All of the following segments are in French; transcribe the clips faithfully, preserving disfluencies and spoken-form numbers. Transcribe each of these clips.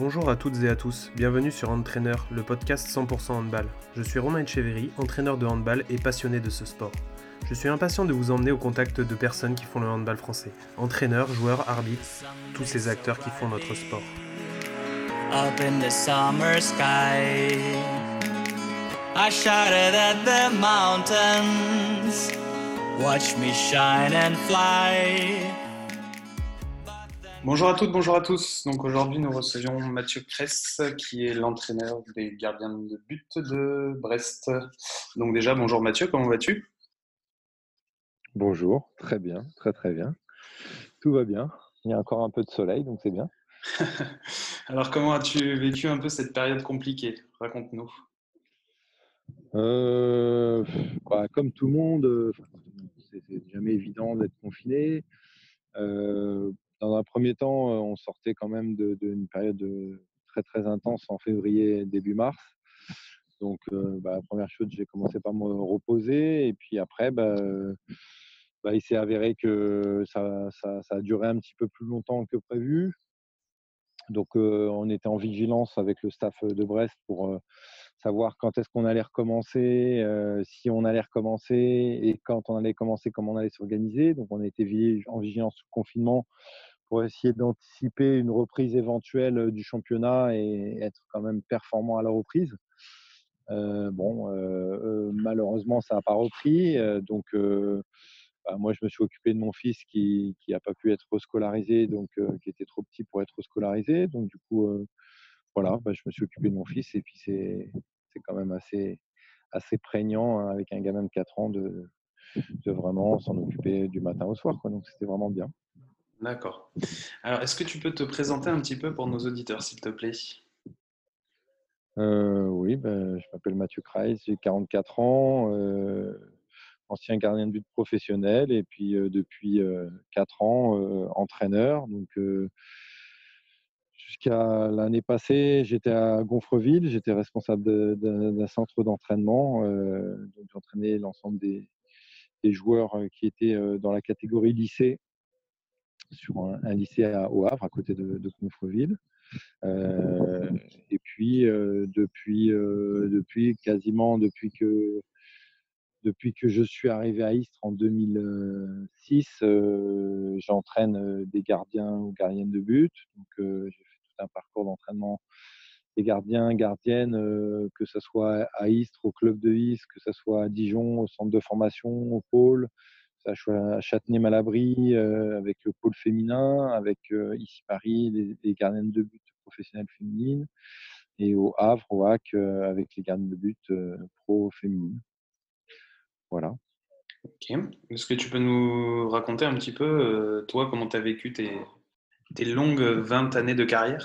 Bonjour à toutes et à tous, bienvenue sur Entraîneur, le podcast cent pour cent handball. Je suis Romain Etcheverry, entraîneur de handball et passionné de ce sport. Je suis impatient de vous emmener au contact de personnes qui font le handball français. Entraîneurs, joueurs, arbitres, tous ces acteurs qui font notre sport. Up in the summer sky, I shouted at the mountains, watch me shine and fly. Bonjour à toutes, bonjour à tous. Donc aujourd'hui, nous recevions Mathieu Cress, qui est l'entraîneur des gardiens de but de Brest. Donc déjà, bonjour Mathieu, comment vas-tu ? Bonjour, très bien, très très bien. Tout va bien. Il y a encore un peu de soleil, donc c'est bien. Alors comment as-tu vécu un peu cette période compliquée ? Raconte-nous. Euh, bah, comme tout le monde, euh, c'est, c'est jamais évident d'être confiné. Euh, dans un premier temps, euh, on sortait quand même de, d'une période euh, très très intense en février, début mars. Donc euh, bah, la première chose, j'ai commencé par me reposer et puis après, bah, euh, bah, il s'est avéré que ça, ça, ça a duré un petit peu plus longtemps que prévu. Donc, euh, on était en vigilance avec le staff de Brest pour euh, savoir quand est-ce qu'on allait recommencer, euh, si on allait recommencer et quand on allait commencer, comment on allait s'organiser. Donc, on a été vi- en vigilance sous confinement pour essayer d'anticiper une reprise éventuelle euh, du championnat et être quand même performant à la reprise. Euh, bon, euh, euh, malheureusement, ça n'a pas repris. Euh, donc, euh, bah, moi, je me suis occupé de mon fils qui qui a pas pu être scolarisé, donc euh, qui était trop petit pour être scolarisé. Donc, du coup, euh, voilà, bah, je me suis occupé de mon fils et puis c'est c'est quand même assez assez prégnant hein, avec un gamin de quatre ans de de vraiment s'en occuper du matin au soir, quoi. Donc, c'était vraiment bien. D'accord. Alors, est-ce que tu peux te présenter un petit peu pour nos auditeurs, s'il te plaît ? Euh, oui, ben, je m'appelle Mathieu Kreis, j'ai quarante-quatre ans, euh, ancien gardien de but professionnel et puis euh, depuis euh, quatre ans euh, entraîneur. Donc euh, jusqu'à l'année passée, j'étais à Gonfreville, j'étais responsable de- de- d'un centre d'entraînement. Euh, donc j'entraînais l'ensemble des, des joueurs euh, qui étaient euh, dans la catégorie lycée sur un, un lycée à, au Havre, à côté de, de Gonfreville. Euh, et puis euh, depuis, euh, depuis quasiment depuis que depuis que je suis arrivé à Istres en deux mille six, euh, j'entraîne euh, des gardiens ou gardiennes de but. Donc euh, j'ai fait tout un parcours d'entraînement des gardiens, gardiennes, euh, que ce soit à Istres, au club de Istres, que ce soit à Dijon, au centre de formation, au pôle, que ce soit à Châtenay-Malabry, euh, avec le pôle féminin, avec euh, ici Paris, les, les gardiennes de but professionnelles féminines, et au Havre, au H A C, euh, avec les gardiennes de but euh, pro féminines. Voilà. Ok. Est-ce que tu peux nous raconter un petit peu, euh, toi, comment tu as vécu tes, tes longues vingt années de carrière ?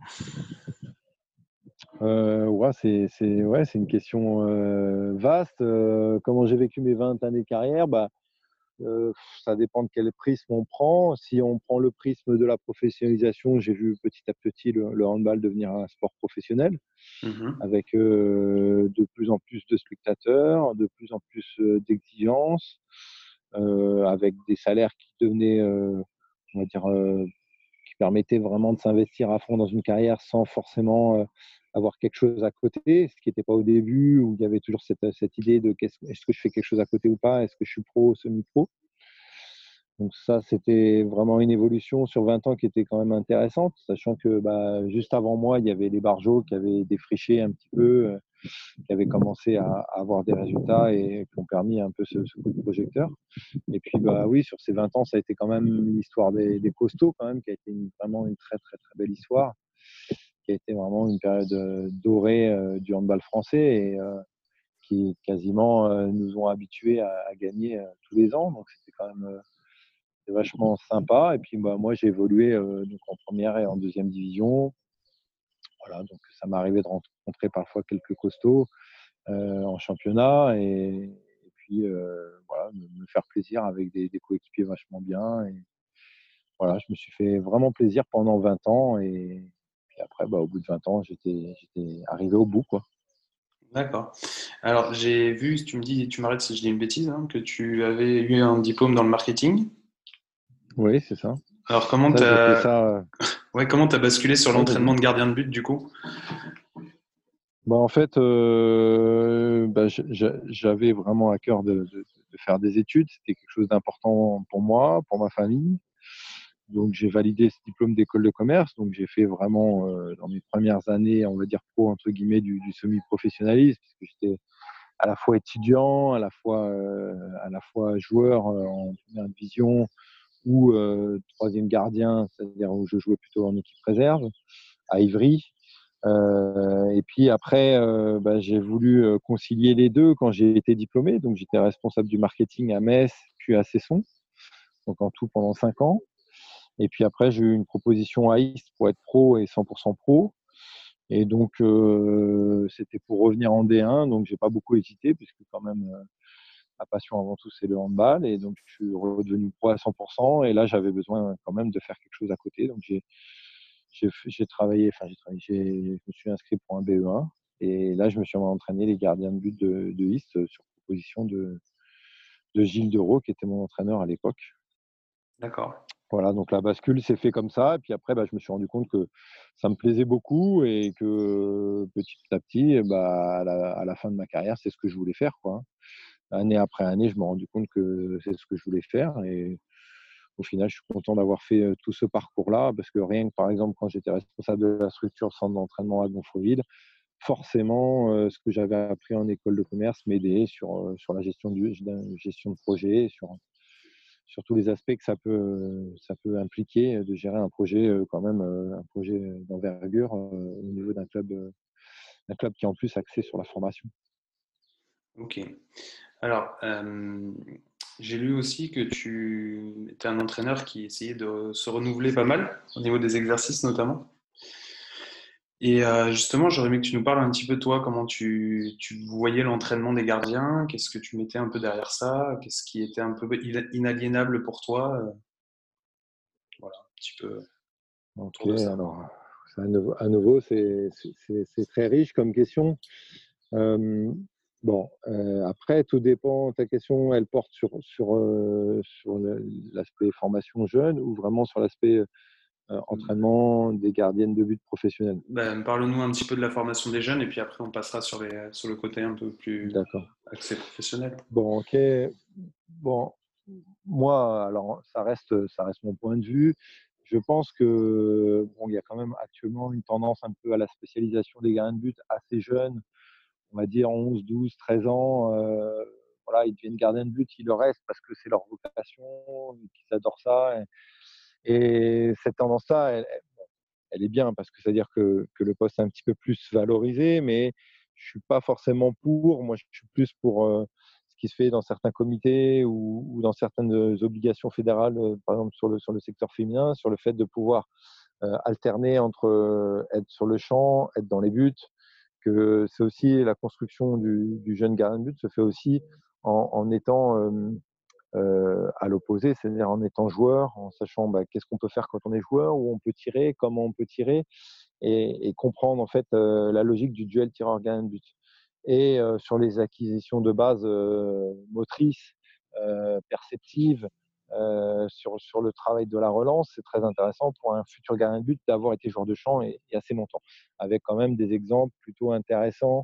Euh, ouais, c'est, c'est, ouais, c'est une question euh, vaste. Euh, comment j'ai vécu mes vingt années de carrière? Bah, euh, ça dépend de quel prisme on prend. Si on prend le prisme de la professionnalisation, j'ai vu petit à petit le, le handball devenir un sport professionnel, Mhm. avec euh, de plus en plus de spectateurs, de plus en plus euh, d'exigences, euh, avec des salaires qui devenaient, euh, on va dire, euh, qui permettait vraiment de s'investir à fond dans une carrière sans forcément euh, avoir quelque chose à côté, ce qui n'était pas au début, où il y avait toujours cette, cette idée de qu'est-ce, est-ce que je fais quelque chose à côté ou pas, est-ce que je suis pro ou semi-pro. Donc ça, c'était vraiment une évolution sur vingt ans qui était quand même intéressante, sachant que bah, juste avant moi, il y avait les Barjots qui avaient défriché un petit peu, euh, qui avaient commencé à, à avoir des résultats et qui ont permis un peu ce, ce coup de projecteur. Et puis, bah oui, sur ces vingt ans, ça a été quand même l'histoire des, des costauds, quand même, qui a été une, vraiment une très, très, très belle histoire, qui a été vraiment une période euh, dorée euh, du handball français et euh, qui quasiment euh, nous ont habitués à, à gagner euh, tous les ans. Donc, c'était quand même euh, c'était vachement sympa. Et puis, bah, moi, j'ai évolué euh, donc en première et en deuxième division. Voilà, donc ça m'est arrivé de rencontrer parfois quelques costauds euh, en championnat et, et puis euh, voilà, me, me faire plaisir avec des, des coéquipiers vachement bien. Et voilà, je me suis fait vraiment plaisir pendant vingt ans et puis après, bah, au bout de vingt ans, j'étais, j'étais arrivé au bout, quoi. D'accord. Alors, j'ai vu, si tu me dis, tu m'arrêtes si je dis une bêtise, hein, que tu avais eu un diplôme dans le marketing. Oui, c'est ça. Alors, comment Ça, j'ai fait t'as, ça. Ouais, comment tu as basculé sur Ouais, vas-y. l'entraînement de gardien de but du coup? Bah, en fait, euh, bah, j- j- j'avais vraiment à cœur de, de- de faire des études. C'était quelque chose d'important pour moi, pour ma famille. Donc, j'ai validé ce diplôme d'école de commerce. Donc, j'ai fait vraiment, euh, dans mes premières années, on va dire pro, entre guillemets, du, du semi-professionnalisme, puisque j'étais à la fois étudiant, à la fois, euh, à la fois joueur euh, en première division ou euh, troisième gardien, c'est-à-dire où je jouais plutôt en équipe réserve à Ivry. Euh, et puis après, euh, bah, j'ai voulu euh, concilier les deux quand j'ai été diplômé. Donc j'étais responsable du marketing à Metz, puis à Cesson, donc en tout pendant cinq ans. Et puis après, j'ai eu une proposition à Ist pour être pro et cent pour cent pro. Et donc euh, c'était pour revenir en D un. Donc j'ai pas beaucoup hésité puisque quand même euh, ma passion avant tout c'est le handball. Et donc je suis redevenu pro à cent pour cent. Et là j'avais besoin quand même de faire quelque chose à côté. Donc j'ai j'ai, j'ai travaillé, enfin j'ai travaillé, j'ai, je me suis inscrit pour un B E un et là je me suis entraîné les gardiens de but de, de Ist sur proposition de, de Gilles Dereau qui était mon entraîneur à l'époque. D'accord. Voilà, donc la bascule s'est fait comme ça et puis après bah, je me suis rendu compte que ça me plaisait beaucoup et que petit à petit, bah, à, la, à la fin de ma carrière, c'est ce que je voulais faire, quoi. Année après année, je me suis rendu compte que c'est ce que je voulais faire et au final, je suis content d'avoir fait euh, tout ce parcours-là parce que rien que, par exemple, quand j'étais responsable de la structure centre d'entraînement à Gonfreville, forcément, euh, ce que j'avais appris en école de commerce m'aidait sur, euh, sur la gestion, du, gestion de projet, sur, sur tous les aspects que ça peut, ça peut impliquer de gérer un projet euh, quand même, euh, un projet d'envergure euh, au niveau d'un club, euh, d'un club qui est en plus axé sur la formation. Ok. Alors, euh, j'ai lu aussi que tu étais un entraîneur qui essayait de se renouveler pas mal, au niveau des exercices notamment. Et euh, justement, j'aurais aimé que tu nous parles un petit peu de toi, comment tu, tu voyais l'entraînement des gardiens, qu'est-ce que tu mettais un peu derrière ça, qu'est-ce qui était un peu inaliénable pour toi, euh, voilà, un petit peu Ok, autour de ça. alors à nouveau, à nouveau c'est, c'est, c'est très riche comme question. Euh, bon, euh, après, tout dépend. Ta question, elle porte sur, sur, euh, sur le- l'aspect formation jeune ou vraiment sur l'aspect euh, entraînement des gardiennes de but professionnelles. Ben, parle-nous un petit peu de la formation des jeunes et puis après on passera sur, les, sur le côté un peu plus D'accord. axé professionnel. Bon, ok. Bon, moi, alors ça reste, ça reste mon point de vue. Je pense que bon, il y a quand même actuellement une tendance un peu à la spécialisation des gardiens de but assez jeunes, on va dire onze, douze, treize ans. Euh, voilà, ils deviennent gardiens de but, ils le restent parce que c'est leur vocation, qu'ils adorent ça. Et, et cette tendance-là, elle, elle, elle est bien parce que c'est-à-dire que, que le poste est un petit peu plus valorisé, mais je suis pas forcément pour. Moi, je suis plus pour euh, ce qui se fait dans certains comités ou, ou dans certaines obligations fédérales, euh, par exemple sur le, sur le secteur féminin, sur le fait de pouvoir euh, alterner entre euh, être sur le champ, être dans les buts, que c'est aussi la construction du, du jeune gardien de but se fait aussi en, en étant euh, euh, à l'opposé, c'est-à-dire en étant joueur, en sachant bah, qu'est-ce qu'on peut faire quand on est joueur, où on peut tirer, comment on peut tirer, et, et comprendre en fait euh, la logique du duel tireur gardien de but. Et euh, sur les acquisitions de base euh, motrices, euh, perceptives, euh, sur, sur le travail de la relance, c'est très intéressant pour un futur gardien de but d'avoir été joueur de champ et, et assez longtemps, avec quand même des exemples plutôt intéressants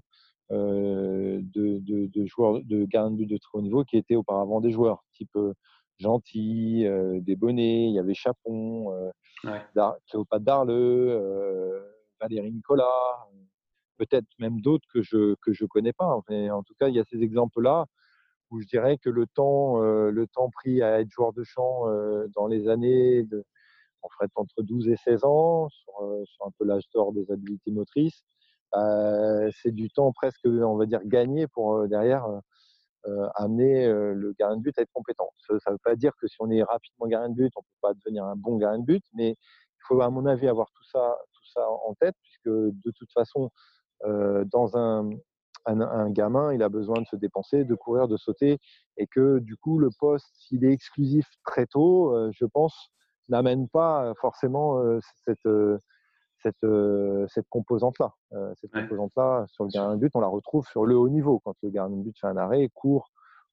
euh, de, de, de joueurs de gardiens de but de très haut niveau qui étaient auparavant des joueurs, type euh, Gentil, euh, Desbonnets, il y avait Chapon, euh, Ouais. Dar- Cléopâtre Darleux, euh, Valérie Nicolas, peut-être même d'autres que je que je connais pas. Mais en tout cas, il y a ces exemples-là où je dirais que le temps, euh, le temps pris à être joueur de champ euh, dans les années, de, en fait, entre douze et seize ans, sur, euh, sur un peu l'âge d'or des habiletés motrices, euh, c'est du temps presque, on va dire, gagné pour euh, derrière euh, amener euh, le gardien de but à être compétent. Ça ne veut pas dire que si on est rapidement gardien de but, on ne peut pas devenir un bon gardien de but, mais il faut, à mon avis, avoir tout ça, tout ça en tête, puisque de toute façon, euh, dans un, un, un gamin, il a besoin de se dépenser, de courir, de sauter, et que du coup, le poste, s'il est exclusif très tôt, euh, je pense, n'amène pas forcément euh, cette, euh, cette, euh, cette composante-là. Euh, cette Ouais, composante-là, sur le bien sûr. gardien de but, on la retrouve sur le haut niveau. Quand le gardien de but fait un arrêt, court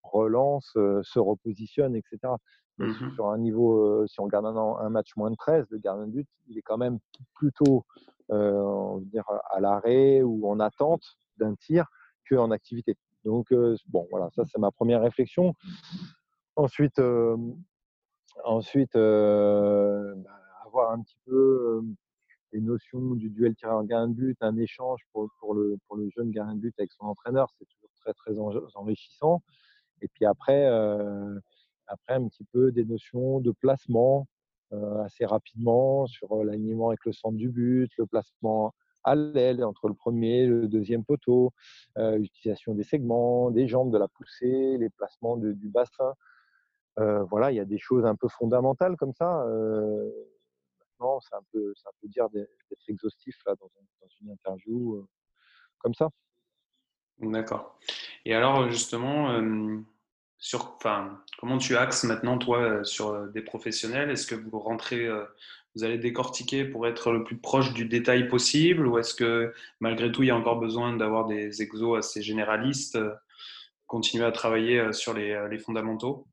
relance, euh, se repositionne, et cetera. Mais Mhm. sur un niveau, euh, si on regarde un, un match moins de treize, le gardien de but, il est quand même plutôt euh, on va dire, à l'arrêt ou en attente d'un tir qu'en activité. Donc, euh, bon, voilà, ça, c'est ma première réflexion. Ensuite, euh, ensuite euh, bah, avoir un petit peu euh, les notions du duel tireur-gardien de but, un échange pour, pour, le, pour le jeune gardien de but avec son entraîneur, c'est toujours très, très enrichissant. Et puis après, euh, après un petit peu des notions de placement euh, assez rapidement sur l'alignement avec le centre du but, le placement à l'aile entre le premier et le deuxième poteau, euh, l'utilisation des segments, des jambes, de la poussée, les placements de, du bassin. Euh, voilà, il y a des choses un peu fondamentales comme ça. Euh, maintenant, c'est un peu, c'est un peu dire d'être exhaustif là, dans, un, dans une interview euh, comme ça. D'accord. Et alors, justement, euh, sur, enfin, comment tu axes maintenant, toi, euh, sur euh, des professionnels? Est-ce que vous rentrez, euh, vous allez décortiquer pour être le plus proche du détail possible, ou est-ce que malgré tout, il y a encore besoin d'avoir des exos assez généralistes, euh, continuer à travailler euh, sur les, euh, les fondamentaux?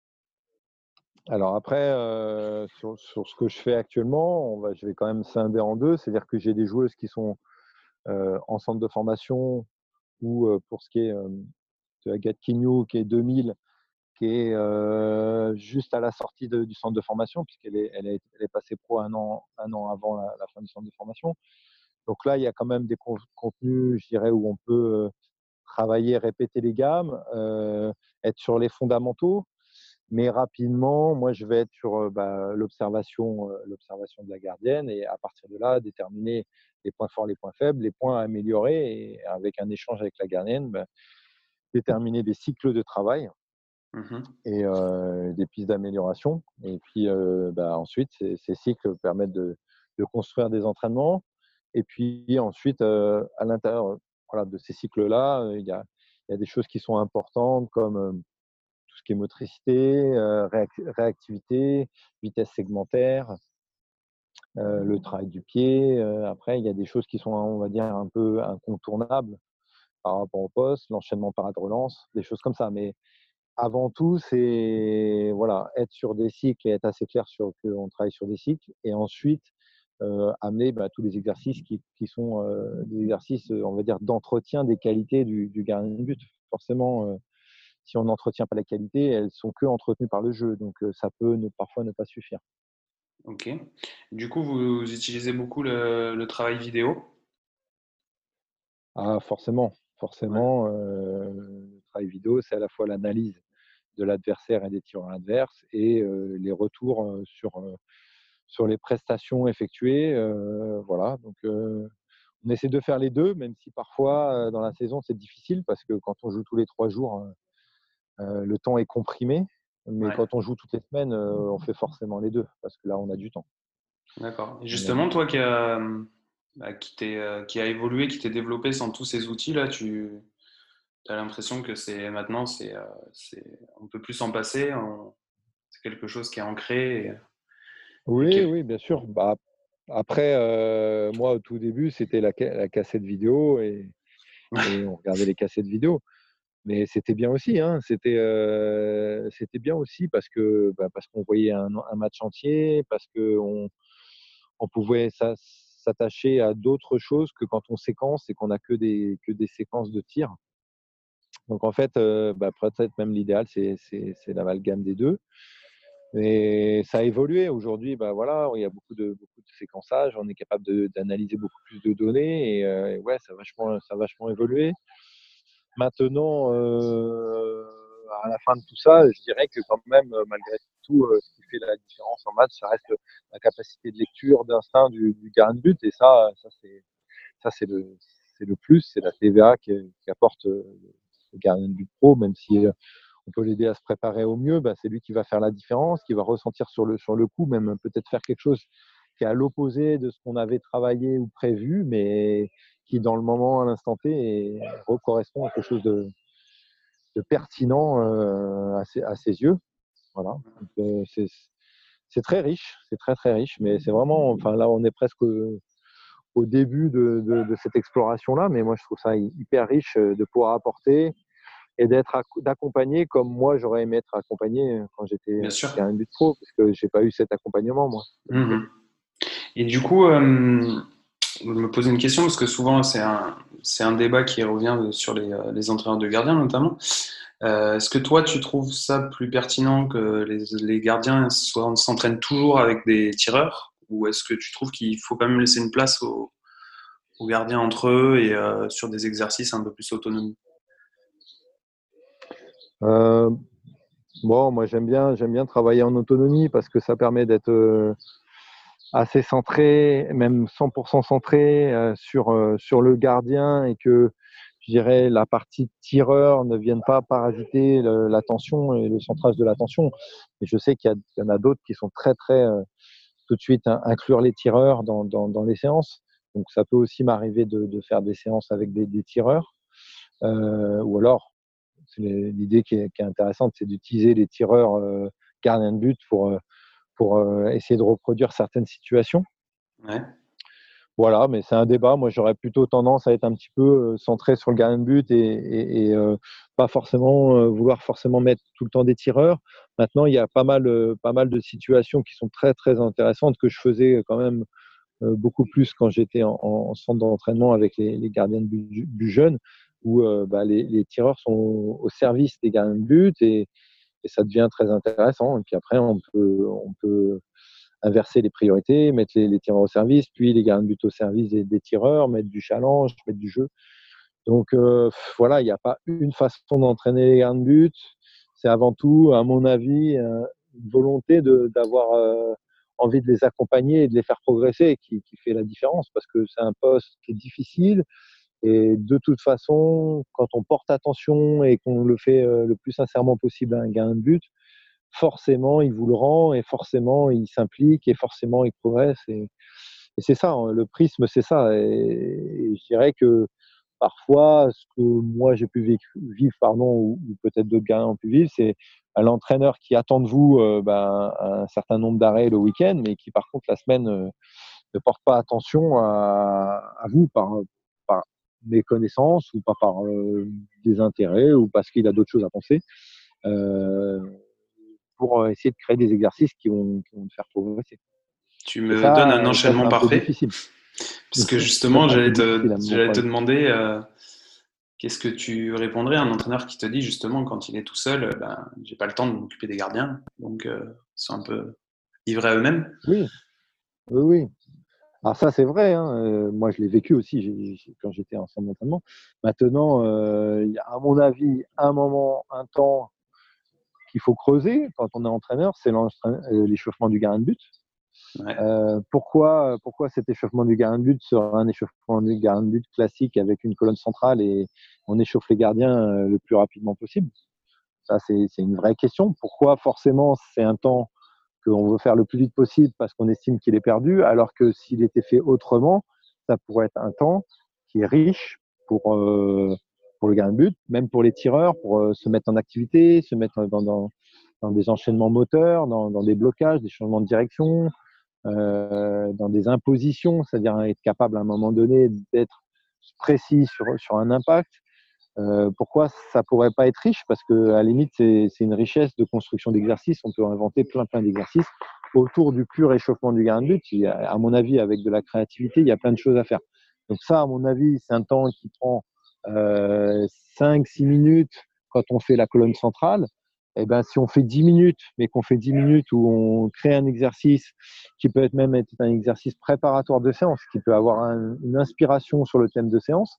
Alors après, euh, sur, sur ce que je fais actuellement, on va, je vais quand même scinder en deux. C'est-à-dire que j'ai des joueuses qui sont euh, en centre de formation ou euh, pour ce qui est euh, de Agathe Quignou, qui est deux mille, qui est euh, juste à la sortie de, du centre de formation, puisqu'elle est, elle est, elle est passée pro un an, un an avant la, la fin du centre de formation. Donc là, il y a quand même des contenus, je dirais, où on peut euh, travailler, répéter les gammes, euh, être sur les fondamentaux. Mais rapidement, moi, je vais être sur euh, bah, l'observation, euh, l'observation de la gardienne et à partir de là, déterminer les points forts, les points faibles, les points à améliorer et avec un échange avec la gardienne, bah, déterminer des cycles de travail Mhm. et euh, des pistes d'amélioration. Et puis euh, bah, ensuite, ces, ces cycles permettent de, de construire des entraînements. Et puis ensuite, euh, à l'intérieur voilà, de ces cycles-là, euh, il y a, il y a des choses qui sont importantes comme euh, tout ce qui est motricité, euh, réactivité, vitesse segmentaire, euh, le travail du pied. Euh, après, il y a des choses qui sont, on va dire, un peu incontournables par rapport au poste, l'enchaînement parade-relance, des choses comme ça. Mais avant tout, c'est voilà, être sur des cycles et être assez clair sur qu'on travaille sur des cycles. Et ensuite, euh, amener bah, tous les exercices qui, qui sont euh, des exercices, on va dire, d'entretien des qualités du, du gardien de but. Forcément, euh, si on n'entretient pas la qualité, elles sont que entretenues par le jeu. Donc, euh, ça peut ne, parfois ne pas suffire. Ok. Du coup, vous utilisez beaucoup le, le travail vidéo? Ah, forcément, Ouais. forcément, euh, le travail vidéo, c'est à la fois l'analyse de l'adversaire et des tireurs adverses et euh, les retours euh, sur, euh, sur les prestations effectuées. Euh, voilà, donc euh, on essaie de faire les deux, même si parfois euh, dans la saison c'est difficile parce que quand on joue tous les trois jours, euh, le temps est comprimé. Mais Ouais. quand on joue toutes les semaines, euh, on fait forcément les deux parce que là on a du temps. D'accord. Et On a du justement, temps. toi qui a, bah, qui t'es, euh, qui a évolué, qui t'es développé sans tous ces outils-là, tu as l'impression que c'est maintenant, c'est, euh, c'est, on peut plus s'en passer, on- c'est quelque chose qui est ancré. Et, et Oui, qui- oui, bien sûr. Bah, après, euh, moi au tout début, c'était la, la cassette vidéo et, et on regardait les cassettes vidéo. Mais c'était bien aussi, hein. C'était euh, c'était bien aussi parce que bah, parce qu'on voyait un, un match entier, parce qu'on on pouvait s'a- s'attacher à d'autres choses que quand on séquence et qu'on n'a que des, que des séquences de tir. Donc en fait, euh, bah, peut-être même l'idéal, c'est c'est- c'est l'amalgame des deux. Mais ça a évolué. Aujourd'hui, bah, voilà, il y a beaucoup de, beaucoup de séquençage, on est capable de- d'analyser beaucoup plus de données et, euh, et ouais, ça a vachement, ça a vachement évolué. Maintenant, euh, à la fin de tout ça, je dirais que quand même, euh, malgré tout, euh, ce qui fait la différence en match, ça reste la capacité de lecture, d'instinct du, du gardien de but. Et ça, ça c'est ça c'est le, c'est le plus, c'est la T V A qui, qui apporte euh, le gardien de but pro, même si euh, on peut l'aider à se préparer au mieux, bah, c'est lui qui va faire la différence, qui va ressentir sur le, sur le coup, même peut-être faire quelque chose qui est à l'opposé de ce qu'on avait travaillé ou prévu, mais qui, dans le moment, à l'instant T, est, correspond à quelque chose de, de pertinent euh, à, ses, à, ses, yeux. Voilà. Donc, euh, c'est, c'est très riche, c'est très très riche, mais c'est vraiment, enfin là, on est presque au, au début de, de, de cette exploration-là, mais moi, je trouve ça hyper riche de pouvoir apporter et d'être ac- d'accompagner comme moi j'aurais aimé être accompagné quand j'étais Bien sûr. gardien de but pro, parce que j'ai pas eu cet accompagnement moi. Mhm. Et du coup, euh, je me pose une question parce que souvent c'est un, c'est un débat qui revient sur les, euh, les entraîneurs de gardiens notamment. Euh, est-ce que toi tu trouves ça plus pertinent que les, les gardiens soient, s'entraînent toujours avec des tireurs ou est-ce que tu trouves qu'il faut quand même laisser une place aux, aux gardiens entre eux et euh, sur des exercices un peu plus autonomes? Euh, bon, moi j'aime bien, j'aime bien travailler en autonomie parce que ça permet d'être euh, assez centré, même cent pour cent centré euh, sur, euh, sur le gardien et que je dirais la partie tireur ne vienne pas parasiter le- l'attention et le centrage de l'attention. Et je sais qu'il y, a- il y en a d'autres qui sont très très euh, tout de suite hein, inclure les tireurs dans, dans, dans les séances. Donc ça peut aussi m'arriver de, de faire des séances avec des, des tireurs. Euh, ou alors, c'est l'idée qui est, qui est intéressante, c'est d'utiliser les tireurs euh, gardiens de but pour, euh, pour euh, essayer de reproduire certaines situations. Ouais. Voilà, mais c'est un débat. Moi, j'aurais plutôt tendance à être un petit peu euh, centré sur le gardien de but et, et, et euh, pas forcément euh, vouloir forcément mettre tout le temps des tireurs. Maintenant, il y a pas mal, euh, pas mal de situations qui sont très, très intéressantes que je faisais quand même euh, beaucoup plus quand j'étais en, en centre d'entraînement avec les, les gardiens de but du, du jeune, où euh, bah, les, les tireurs sont au service des gardiens de but et, et ça devient très intéressant. Et puis après, on peut, on peut inverser les priorités, mettre les, les tireurs au service, puis les gardiens de but au service des, des tireurs, mettre du challenge, mettre du jeu. Donc euh, voilà, il n'y a pas une façon d'entraîner les gardiens de but. C'est avant tout, à mon avis, euh, une volonté de, d'avoir euh, envie de les accompagner et de les faire progresser qui, qui fait la différence parce que c'est un poste qui est difficile. Et de toute façon, quand on porte attention et qu'on le fait euh, le plus sincèrement possible à un gardien de but, forcément, il vous le rend et forcément, il s'implique et forcément, il progresse. Et, et c'est ça, hein, le prisme, c'est ça. Et, et je dirais que parfois, ce que moi j'ai pu vivre, vivre pardon, ou, ou peut-être d'autres gardiens ont pu vivre, c'est à l'entraîneur qui attend de vous euh, ben, un certain nombre d'arrêts le week-end, mais qui par contre la semaine euh, ne porte pas attention à, à vous par, par méconnaissance ou pas par euh, des intérêts ou parce qu'il a d'autres choses à penser. Euh, pour essayer de créer des exercices qui vont, qui vont te faire progresser. Tu Et me donnes un ça, ça c'est enchaînement un peu parfait difficile. parce que Ça, justement c'est un peu j'allais te, difficile à mon j'allais te point de vue. demander euh, qu'est-ce que tu répondrais à un entraîneur qui te dit justement quand il est tout seul, euh, ben, j'ai pas le temps de m'occuper des gardiens, donc euh, ils sont un peu livrés à eux-mêmes. Oui, oui, oui. Alors ça, c'est vrai. Hein. Euh, moi, je l'ai vécu aussi j'ai, j'ai, quand j'étais en centre d'entraînement. Maintenant, euh, il y a, à mon avis, un moment, un temps qu'il faut creuser quand on est entraîneur, c'est euh, l'échauffement du gardien de but. Ouais. Euh, pourquoi, pourquoi cet échauffement du gardien de but sera un échauffement du gardien de but classique avec une colonne centrale et on échauffe les gardiens euh, le plus rapidement possible? Ça, c'est, c'est une vraie question. Pourquoi forcément c'est un temps qu'on veut faire le plus vite possible parce qu'on estime qu'il est perdu, alors que s'il était fait autrement, ça pourrait être un temps qui est riche pour, euh, pour le gardien de but, même pour les tireurs, pour euh, se mettre en activité, se mettre dans, dans, dans des enchaînements moteurs, dans, dans des blocages, des changements de direction, euh, dans des impositions, c'est-à-dire être capable à un moment donné d'être précis sur, sur un impact. Euh, pourquoi ça pourrait pas être riche? Parce que à la limite, c'est, c'est une richesse de construction d'exercices. On peut inventer plein plein d'exercices autour du pur réchauffement du gardien de but. Il y a, à mon avis, avec de la créativité, il y a plein de choses à faire. Donc ça, à mon avis, c'est un temps qui prend euh, cinq six minutes quand on fait la colonne centrale. Et ben, si on fait dix minutes, mais qu'on fait dix minutes où on crée un exercice qui peut être même être un exercice préparatoire de séance, qui peut avoir un, une inspiration sur le thème de séance,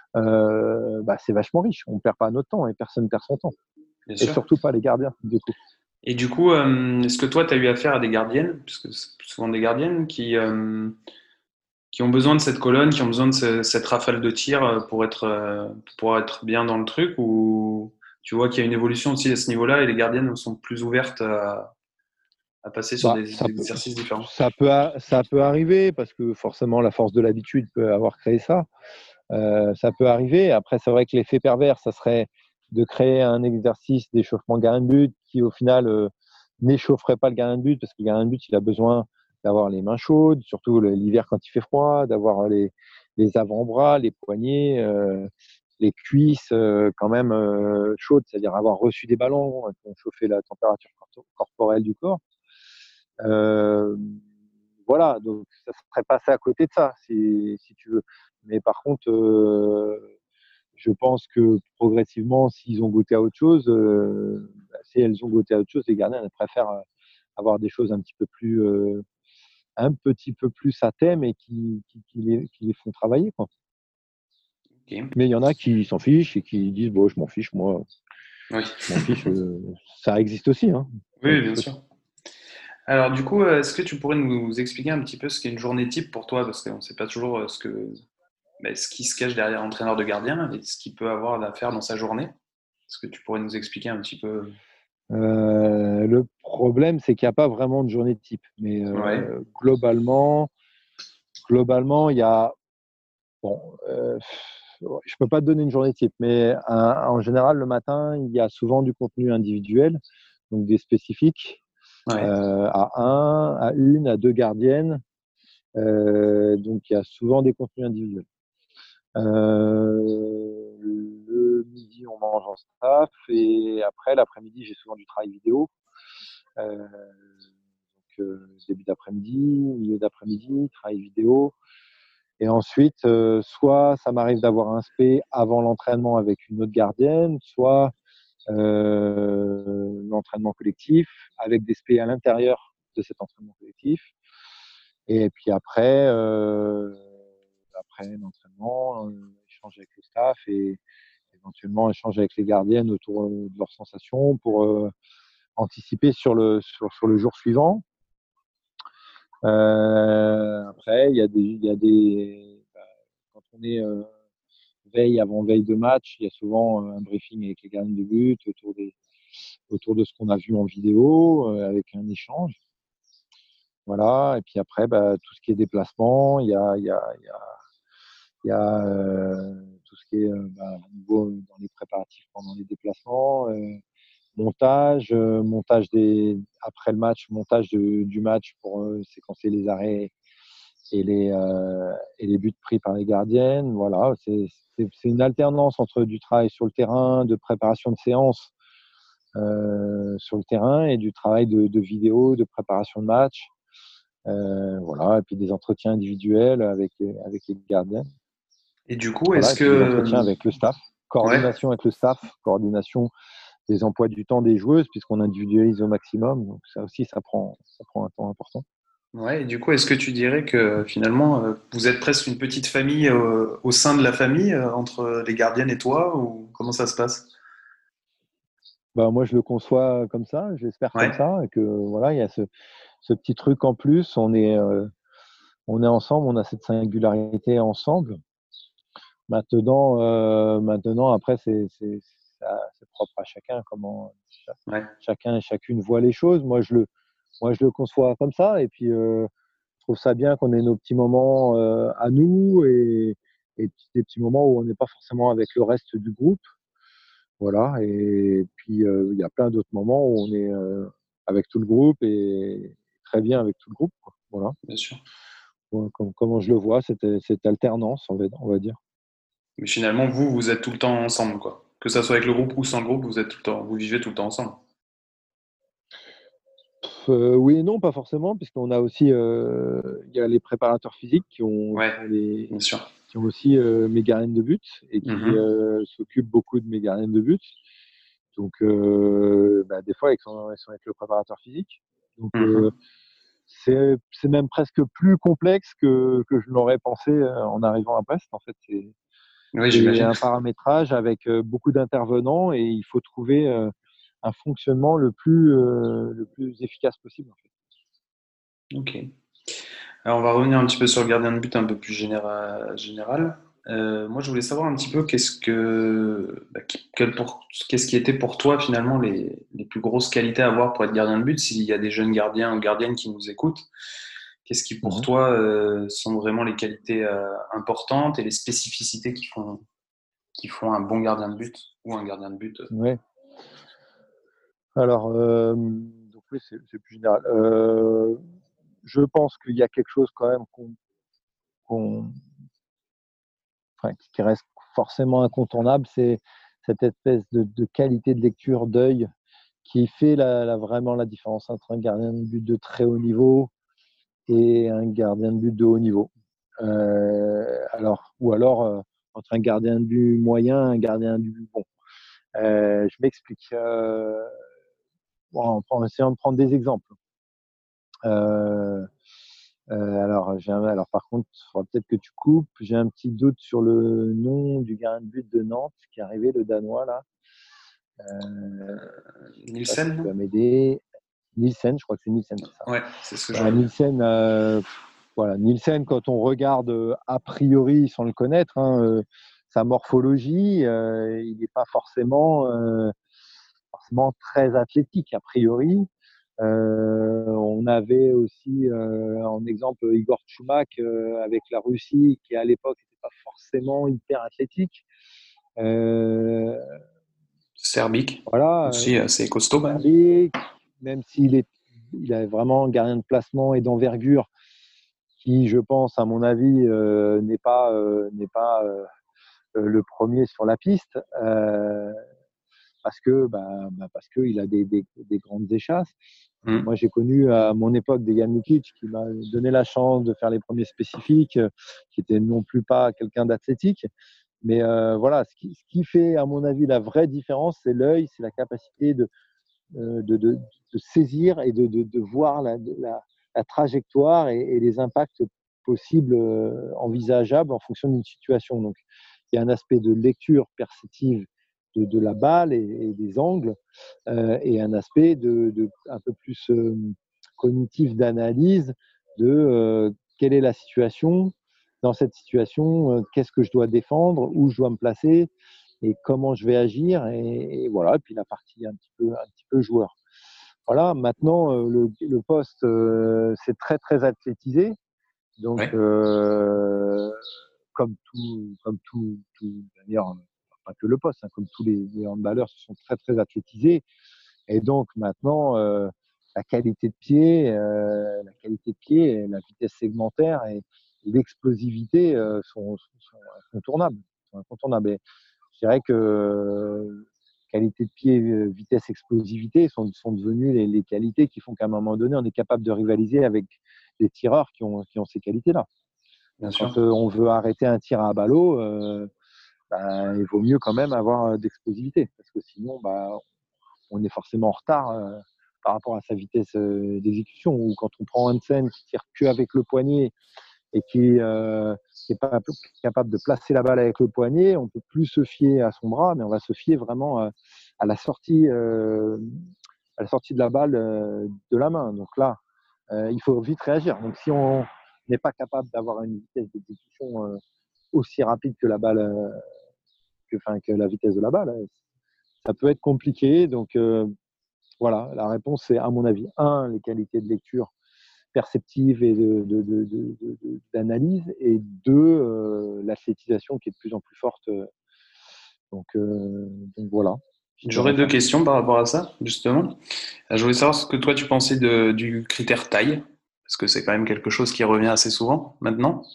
euh, bah, c'est vachement riche. On ne perd pas notre temps et personne ne perd son temps. Bien Et sûr. surtout pas les gardiens, du coup. Et du coup, euh, est-ce que toi, tu as eu affaire à des gardiennes, parce que c'est souvent des gardiennes, qui, euh, qui ont besoin de cette colonne, qui ont besoin de ce- cette rafale de tir euh, pour être, euh, pour être bien dans le truc, ou tu vois qu'il y a une évolution aussi à ce niveau-là et les gardiennes sont plus ouvertes à, à passer sur Bah, des, ça, des peut, exercices différents? ça, peut, ça peut arriver parce que forcément la force de l'habitude peut avoir créé ça. Euh, ça peut arriver. Après, c'est vrai que l'effet pervers, ça serait de créer un exercice d'échauffement gardien de but qui, au final, euh, n'échaufferait pas le gardien de but parce que le gardien de but, il a besoin d'avoir les mains chaudes, surtout l'hiver quand il fait froid, d'avoir les, les avant-bras, les poignets. Euh, les cuisses euh, quand même euh, chaudes, c'est-à-dire avoir reçu des ballons qui ont chauffé la température corpo- corporelle du corps. Euh, voilà, donc ça serait passé à côté de ça, si, si tu veux. Mais par contre, euh, je pense que progressivement, s'ils ont goûté à autre chose, euh, bah, si elles ont goûté à autre chose, les gardiens elles préfèrent euh, avoir des choses un petit peu plus, euh, un petit peu plus à thème et qui, qui, qui les, qui les font travailler, quoi. Ok. Mais il y en a qui s'en fichent et qui disent bon, je m'en fiche, moi, Oui. je m'en fiche. euh, ça existe aussi, hein. Ça Oui, bien existe aussi. sûr. Alors, du coup, euh, est-ce que tu pourrais nous expliquer un petit peu ce qu'est une journée type pour toi? Parce qu'on ne sait pas toujours euh, ce que, ben, ce qui se cache derrière l'entraîneur de gardien et ce qu'il peut avoir à faire dans sa journée. Est-ce que tu pourrais nous expliquer un petit peu? Euh, le problème, c'est qu'il n'y a pas vraiment de journée type. Mais Ouais, euh, globalement, globalement, il y a bon, euh, je peux pas te donner une journée type, mais un- en général, le matin, il y a souvent du contenu individuel, donc des spécifiques, ouais, euh, à un, à une, à deux gardiennes. Euh, donc, il y a souvent des contenus individuels. Euh, le midi, on mange en staff, et après, l'après-midi, j'ai souvent du travail vidéo. Euh, donc, euh, début d'après-midi, milieu d'après-midi, travail vidéo. Et ensuite, euh, soit ça m'arrive d'avoir un spé avant l'entraînement avec une autre gardienne, soit euh, l'entraînement collectif avec des spés à l'intérieur de cet entraînement collectif. Et puis après, euh, après l'entraînement, euh, échanger avec le staff et éventuellement échanger avec les gardiennes autour de leurs sensations pour euh, anticiper sur le, sur, sur le jour suivant. Euh, après, il y a des, il y a des bah, quand on est euh, veille avant veille de match, il y a souvent euh, un briefing avec les gardiens de but autour des autour de ce qu'on a vu en vidéo, euh, avec un échange. Voilà. Et puis après, bah, tout ce qui est déplacement, il y a il y a il y a, il y a euh, tout ce qui est euh, bah, nouveau dans les préparatifs pendant les déplacements, euh, montage, euh, montage des après le match, montage de, du match pour euh, séquencer les arrêts et les, euh, et les buts pris par les gardiennes. Voilà, c'est, c'est, c'est une alternance entre du travail sur le terrain, de préparation de séance euh, sur le terrain et du travail de, de vidéo, de préparation de match. Euh, voilà, et puis des entretiens individuels avec, avec les gardiens. et du coup, Voilà, est-ce et puis des entretiens que... avec le staff, Ouais, coordination avec le staff, coordination des emplois du temps des joueuses, puisqu'on individualise au maximum. Donc ça aussi, ça prend, ça prend un temps important. ouais, et du coup, est-ce que tu dirais que finalement, euh, vous êtes presque une petite famille euh, au sein de la famille, euh, entre les gardiennes et toi, ou comment ça se passe? Bah, moi, je le conçois comme ça, j'espère comme Ouais, ça, et que voilà, il y a ce, ce petit truc en plus. On est, euh, on est ensemble, on a cette singularité ensemble. Maintenant, euh, maintenant après, c'est, c'est, ça- c'est propre à chacun, comment ouais, chacun et chacune voit les choses. Moi, je le, moi, je le conçois comme ça, et puis euh, je trouve ça bien qu'on ait nos petits moments euh, à nous et, et des petits moments où on n'est pas forcément avec le reste du groupe. Voilà, et puis euh, il y a plein d'autres moments où on est euh, avec tout le groupe et très bien avec tout le groupe, quoi. Voilà. bien sûr. Voilà, comme- comment je le vois, cette, cette alternance, on va, on va dire. Mais finalement, vous, vous êtes tout le temps ensemble, quoi. Que ça soit avec le groupe ou sans le groupe, vous êtes tout le temps, vous vivez tout le temps ensemble. Euh, oui et non, pas forcément, puisqu'on a aussi euh, il y a les préparateurs physiques qui ont, Ouais, qui ont, les, bien sûr. qui ont aussi euh, mes gardiennes de but et qui Mhm, euh, s'occupent beaucoup de mes gardiennes de but. Donc, euh, bah, des fois, ils sont, ils sont avec le préparateur physique. Donc, euh, mhm. c'est, c'est même presque plus complexe que, que je l'aurais pensé euh, en arrivant à Brest. En fait, c'est, Oui, c'est j'imagine. un paramétrage avec euh, beaucoup d'intervenants et il faut trouver euh, un fonctionnement le plus, euh, le plus efficace possible. En fait. Ok. Alors, on va revenir un petit peu sur le gardien de but un peu plus généra- général. Euh, moi, je voulais savoir un petit peu qu'est-ce que, bah, qui- quel pour- qu'est-ce qui était pour toi finalement les, les plus grosses qualités à avoir pour être gardien de but. S'il y a des jeunes gardiens ou gardiennes qui nous écoutent, qu'est-ce qui pour Mhm. toi euh, sont vraiment les qualités euh, importantes et les spécificités qui font, qui font un bon gardien de but ou un gardien de but? Ouais. Alors, euh, donc oui, c'est, c'est plus général. Euh, je pense qu'il y a quelque chose quand même qu'on, qu'on- enfin, qui reste forcément incontournable, c'est cette espèce de, de qualité de lecture d'œil qui fait la, la, vraiment la différence entre un gardien de but de très haut niveau et un gardien de but de haut niveau. Euh, alors, ou alors euh, entre un gardien de but moyen et un gardien de but bon. Euh, je m'explique. Euh, bon, en essayant de prendre des exemples. Euh, euh, alors, j'ai un, alors, par contre, il faudra peut-être que tu coupes. J'ai un petit doute sur le nom du gardien de but de Nantes qui est arrivé, le Danois là. Euh, Nielsen, si tu vas m'aider. Nielsen, je crois que c'est Nielsen, c'est ça. Ouais, c'est ce que voilà, Nielsen, euh, voilà, Nielsen, quand on regarde euh, a priori sans le connaître, hein, euh, sa morphologie, euh, il n'est pas forcément, euh, forcément très athlétique a priori. Euh, on avait aussi euh, en exemple Igor Tchoumak euh, avec la Russie, qui à l'époque n'était pas forcément hyper athlétique. Euh, Serbic, voilà, aussi assez costaud. Serbic, même s'il est, il a vraiment un gardien de placement et d'envergure qui, je pense, à mon avis, euh, n'est pas, euh, n'est pas euh, le premier sur la piste. Euh, parce que bah, bah parce que il a des, des, des grandes échasses. Mmh. Moi, j'ai connu à mon époque des Jan Lukic qui m'a donné la chance de faire les premiers spécifiques, qui était non plus pas quelqu'un d'athlétique. Mais euh, voilà, ce qui, ce qui fait, à mon avis, la vraie différence, c'est l'œil, c'est la capacité de, de, de, de saisir et de, de, de voir la, la, la trajectoire et, et les impacts possibles, euh, envisageables en fonction d'une situation. Donc, il y a un aspect de lecture perceptive de, de la balle et, et des angles, euh, et un aspect de, de un peu plus euh, cognitif d'analyse de euh, quelle est la situation. Dans cette situation, euh, qu'est-ce que je dois défendre, où je dois me placer et comment je vais agir. Et, et voilà, et puis la partie un petit peu, un petit peu joueur. Voilà, maintenant, euh, le, le poste, euh, c'est très, très athlétisé. Donc, ouais. euh, comme tout, comme tout, tout d'ailleurs, pas que le poste, hein, comme tous les, les handballeurs sont très très athlétisés, et donc maintenant euh, la qualité de pied, euh, la qualité de pied, la vitesse segmentaire et, et l'explosivité euh, sont, sont incontournables, sont incontournables. Et je dirais que euh, qualité de pied, vitesse, explosivité sont, sont devenues les, les qualités qui font qu'à un moment donné, on est capable de rivaliser avec des tireurs qui ont, qui ont ces qualités-là. Bien Quand sûr. Euh, on veut arrêter un tir à ballot, euh, bah, il vaut mieux quand même avoir d'explosivité, parce que sinon, bah, on est forcément en retard euh, par rapport à sa vitesse euh, d'exécution. Ou quand on prend Hansen qui tire que avec le poignet et qui n'est euh, pas capable de placer la balle avec le poignet, on ne peut plus se fier à son bras, mais on va se fier vraiment euh, à la sortie, euh, à la sortie de la balle euh, de la main. Donc là, euh, il faut vite réagir. Donc si on n'est pas capable d'avoir une vitesse d'exécution euh, aussi rapide que la balle, euh, que, enfin, que la vitesse de la balle, ça peut être compliqué. Donc euh, voilà, la réponse c'est à mon avis, un, les qualités de lecture perceptive et de, de, de, de, de, d'analyse, et deux, euh, l'athlétisation qui est de plus en plus forte. Donc, euh, donc voilà. J'aurais deux questions par rapport à ça, justement. Je voulais savoir ce que toi tu pensais de, du critère taille, parce que c'est quand même quelque chose qui revient assez souvent maintenant.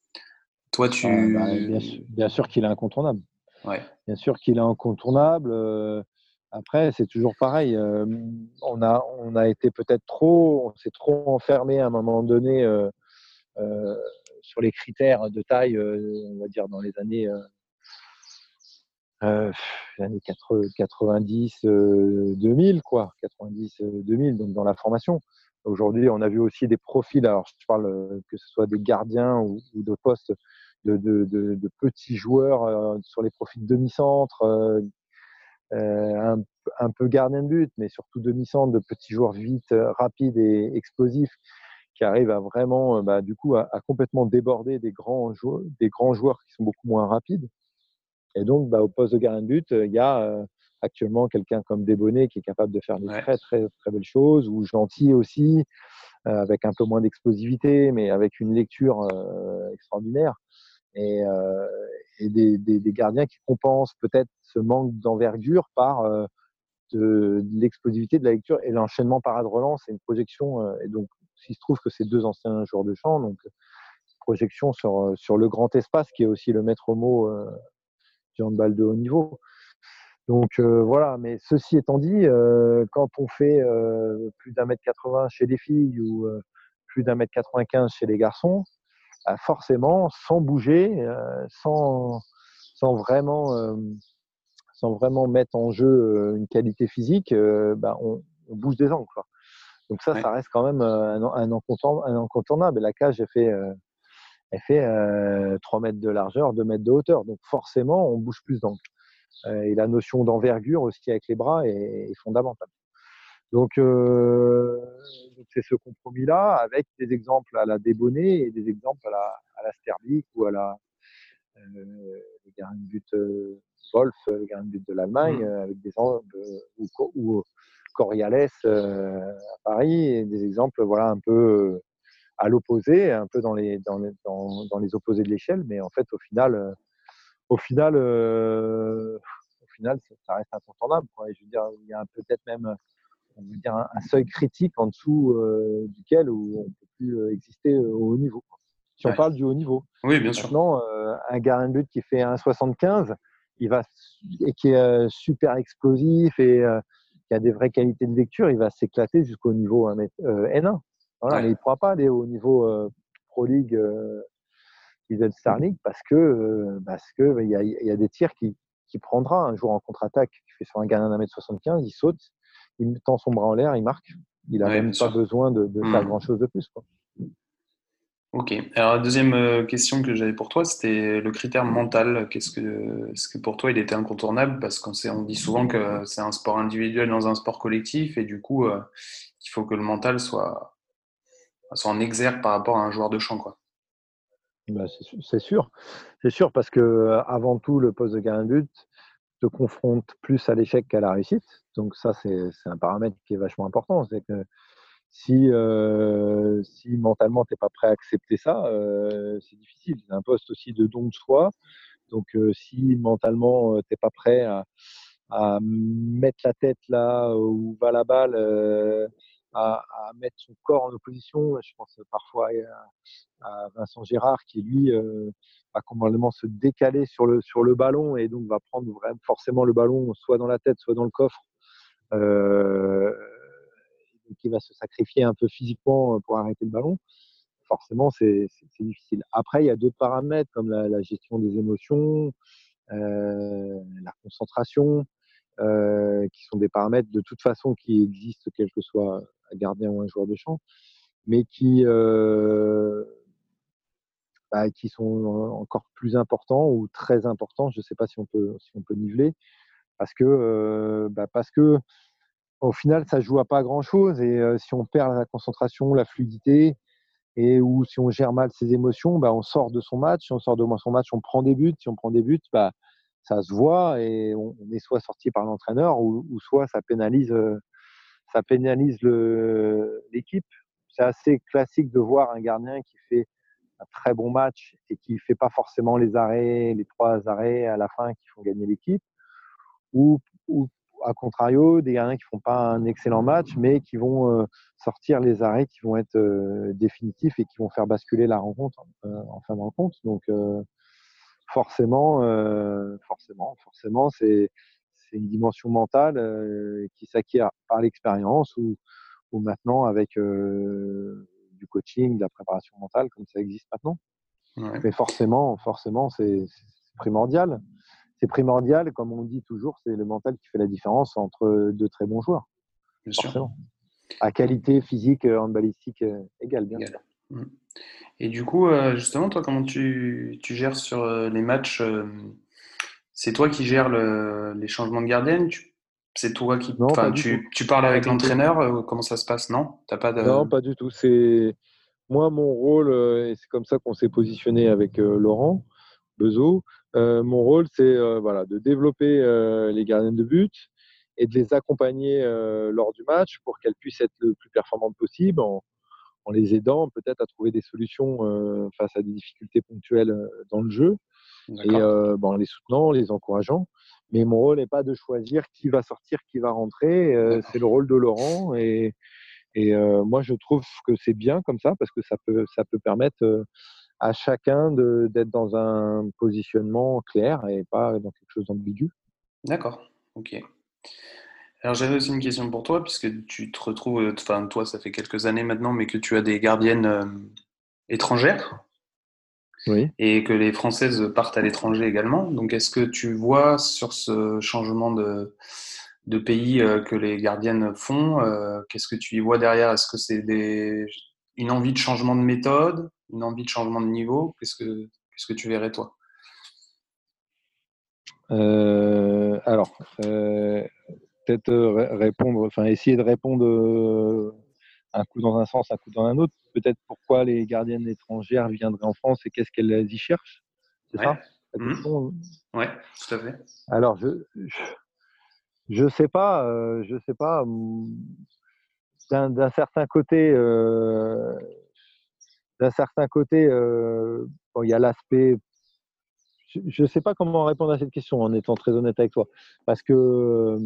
Toi, tu... Ah, bah, bien, sûr, bien sûr qu'il est incontournable. Ouais. Bien sûr qu'il est incontournable. Euh, après, c'est toujours pareil. Euh, on, a, on a été peut-être trop, on s'est trop enfermé à un moment donné euh, euh, sur les critères de taille, euh, on va dire dans les années, euh, euh, les années quatre-vingt-dix, euh, deux mille, quoi. quatre-vingt-dix, deux mille, donc dans la formation. Aujourd'hui, on a vu aussi des profils, alors je parle euh, que ce soit des gardiens ou, ou de postes, de, de, de, de petits joueurs euh, sur les profils demi-centre, euh, euh, un, un peu gardien de but, mais surtout demi-centre, de petits joueurs vite, euh, rapides et explosifs, qui arrivent à vraiment, euh, bah, du coup, à, à complètement déborder des grands, joueurs, des grands joueurs qui sont beaucoup moins rapides. Et donc, bah, au poste de gardien de but, il y a euh, actuellement quelqu'un comme Desbonnets qui est capable de faire des ouais. très, très, très belles choses, ou Gentil aussi, euh, avec un peu moins d'explosivité, mais avec une lecture euh, extraordinaire. Et, euh, et des, des, des gardiens qui compensent peut-être ce manque d'envergure par euh, de, de l'explosivité de la lecture et l'enchaînement parade-relance et une projection. Euh, et donc, il se trouve que c'est deux anciens joueurs de champ, donc projection sur, sur le grand espace qui est aussi le maître mot euh, du handball de haut niveau. Donc euh, voilà, mais ceci étant dit, euh, quand on fait euh, plus d'un mètre quatre-vingts chez les filles ou euh, plus d'un mètre quatre-vingt-quinze chez les garçons, bah forcément, sans bouger, euh, sans, sans, vraiment, euh, sans vraiment mettre en jeu une qualité physique, euh, bah on, on bouge des angles, quoi. Donc ça, Ouais. ça reste quand même un, un, incontournable, un incontournable. Et la cage, elle fait, euh, elle fait euh, trois mètres de largeur, deux mètres de hauteur. Donc forcément, on bouge plus d'angles. Euh, et la notion d'envergure aussi avec les bras est, est fondamentale. Donc, euh, donc c'est ce compromis-là avec des exemples à la Débonnet et des exemples à la, à la Sterlik ou à la euh, le gardien de but euh, Wolf, le gardien de but de l'Allemagne, Mmh. euh, avec des exemples euh, ou, ou Corriales euh, à Paris, et des exemples voilà un peu euh, à l'opposé, un peu dans les dans les, dans, dans les opposés de l'échelle, mais en fait au final euh, au final euh, au final ça, ça reste incontournable, quoi. Et je veux dire, il y a peut-être même on veut dire un, un seuil critique en dessous euh, duquel où on ne peut plus euh, exister euh, au haut niveau, quoi. Si on Ouais. parle du haut niveau. Oui, bien sûr. Maintenant, euh, un gardien de but qui fait un virgule soixante-quinze, il va, et qui est euh, super explosif et euh, qui a des vraies qualités de lecture, il va s'éclater jusqu'au niveau euh, N un. Voilà, Ouais. mais il ne pourra pas aller au niveau euh, Pro League, euh, Star League, parce que euh, parce que il y a, y a des tirs qui qui prendra un jour en contre-attaque, qui fait sur un gardien d'un mètre soixante-quinze, il saute, il tend son bras en l'air, il marque. Il n'a Ouais, même bien pas sûr. besoin de, de Mmh. faire grand-chose de plus, quoi. Ok. Alors, la deuxième euh, question que j'avais pour toi, c'était le critère mental. Qu'est-ce que, est-ce que pour toi il était incontournable? Parce qu'on sait, on dit souvent que c'est un sport individuel dans un sport collectif et du coup, euh, il faut que le mental soit, soit en exergue par rapport à un joueur de champ, quoi. Ben, c'est, su- c'est sûr, c'est sûr, parce que euh, avant tout, le poste de gardien de but te confronte plus à l'échec qu'à la réussite. Donc ça, c'est, c'est un paramètre qui est vachement important. C'est que si, euh, si mentalement, tu n'es pas prêt à accepter ça, euh, c'est difficile. C'est un poste aussi de don de soi. Donc euh, si mentalement, tu n'es pas prêt à, à mettre la tête là où va la balle, euh, à, à mettre son corps en opposition, je pense parfois à, à Vincent Gérard qui, lui, euh, va complètement se décaler sur le, sur le ballon et donc va prendre vraiment, forcément le ballon soit dans la tête, soit dans le coffre. Euh, donc il va se sacrifier un peu physiquement pour arrêter le ballon. Forcément, c'est, c'est, c'est difficile. Après, il y a d'autres paramètres comme la, la gestion des émotions, euh, la concentration, euh, qui sont des paramètres de toute façon qui existent quel que soit un gardien ou un joueur de champ, mais qui, euh, bah, qui sont encore plus importants ou très importants. Je ne sais pas si on peut, si on peut niveler, parce que, euh, bah, parce que au final, ça joue à pas grand-chose. Et euh, si on perd la concentration, la fluidité, et ou si on gère mal ses émotions, bah, on sort de son match. Si on sort de son match, on prend des buts. Si on prend des buts, bah, ça se voit et on, on est soit sorti par l'entraîneur ou, ou soit ça pénalise, euh, ça pénalise le, l'équipe. C'est assez classique de voir un gardien qui fait un très bon match et qui ne fait pas forcément les arrêts, les trois arrêts à la fin qui font gagner l'équipe, ou, ou à contrario, des gardiens qui ne font pas un excellent match, mais qui vont euh, sortir les arrêts qui vont être euh, définitifs et qui vont faire basculer la rencontre euh, en fin de rencontre. Donc euh, forcément, euh, forcément, forcément, c'est, c'est une dimension mentale euh, qui s'acquiert par l'expérience ou, ou maintenant avec euh, du coaching, de la préparation mentale, comme ça existe maintenant. Ouais, Mais forcément, forcément, c'est, c'est primordial. C'est primordial, comme on dit toujours, c'est le mental qui fait la différence entre deux très bons joueurs, bien sûr. forcément. À qualité physique, handballistique euh, égale, bien Égal. sûr. Mm. Et du coup, euh, justement, toi, comment tu, tu gères sur euh, les matchs euh, c'est toi qui gères le, les changements de gardienne? Tu, c'est toi qui, Non, pas enfin, du tout. tu, tu parles Pas avec du tout. l'entraîneur? euh, Comment ça se passe? Non? T'as pas de. Non, pas du tout. C'est moi mon rôle, euh, et c'est comme ça qu'on s'est positionné avec euh, Laurent Bezeau. Euh, mon rôle, c'est euh, voilà, de développer euh, les gardiens de but et de les accompagner euh, lors du match pour qu'elles puissent être le plus performantes possible en, en les aidant peut-être à trouver des solutions euh, face à des difficultés ponctuelles euh, dans le jeu et D'accord. euh, ben, en les soutenant, en les encourageant. Mais mon rôle n'est pas de choisir qui va sortir, qui va rentrer. Euh, D'accord. c'est le rôle de Laurent et, et euh, moi je trouve que c'est bien comme ça parce que ça peut, ça peut permettre euh, à chacun de, d'être dans un positionnement clair et pas dans quelque chose d'ambigu. D'accord, ok. Alors j'avais aussi une question pour toi, puisque tu te retrouves, euh, enfin toi ça fait quelques années maintenant, mais que tu as des gardiennes euh, étrangères Oui. et que les Françaises partent à l'étranger également. Donc est-ce que tu vois sur ce changement de, de pays euh, que les gardiennes font, euh, qu'est-ce que tu y vois derrière? Est-ce que c'est des, une envie de changement de méthode, une envie de changement de niveau? Qu'est-ce que, qu'est-ce que tu verrais toi? Euh, alors, euh, peut-être euh, ré- répondre, enfin essayer de répondre euh, un coup dans un sens, un coup dans un autre. Peut-être pourquoi les gardiennes étrangères viendraient en France et qu'est-ce qu'elles y cherchent. C'est Ouais. ça la Mhm. question? Ouais, tout à fait. Alors, je je, je sais pas, euh, je sais pas. hum, D'un, d'un certain côté, euh, d'un certain côté, euh, bon, il y a l'aspect. Je ne sais pas comment répondre à cette question en étant très honnête avec toi, parce que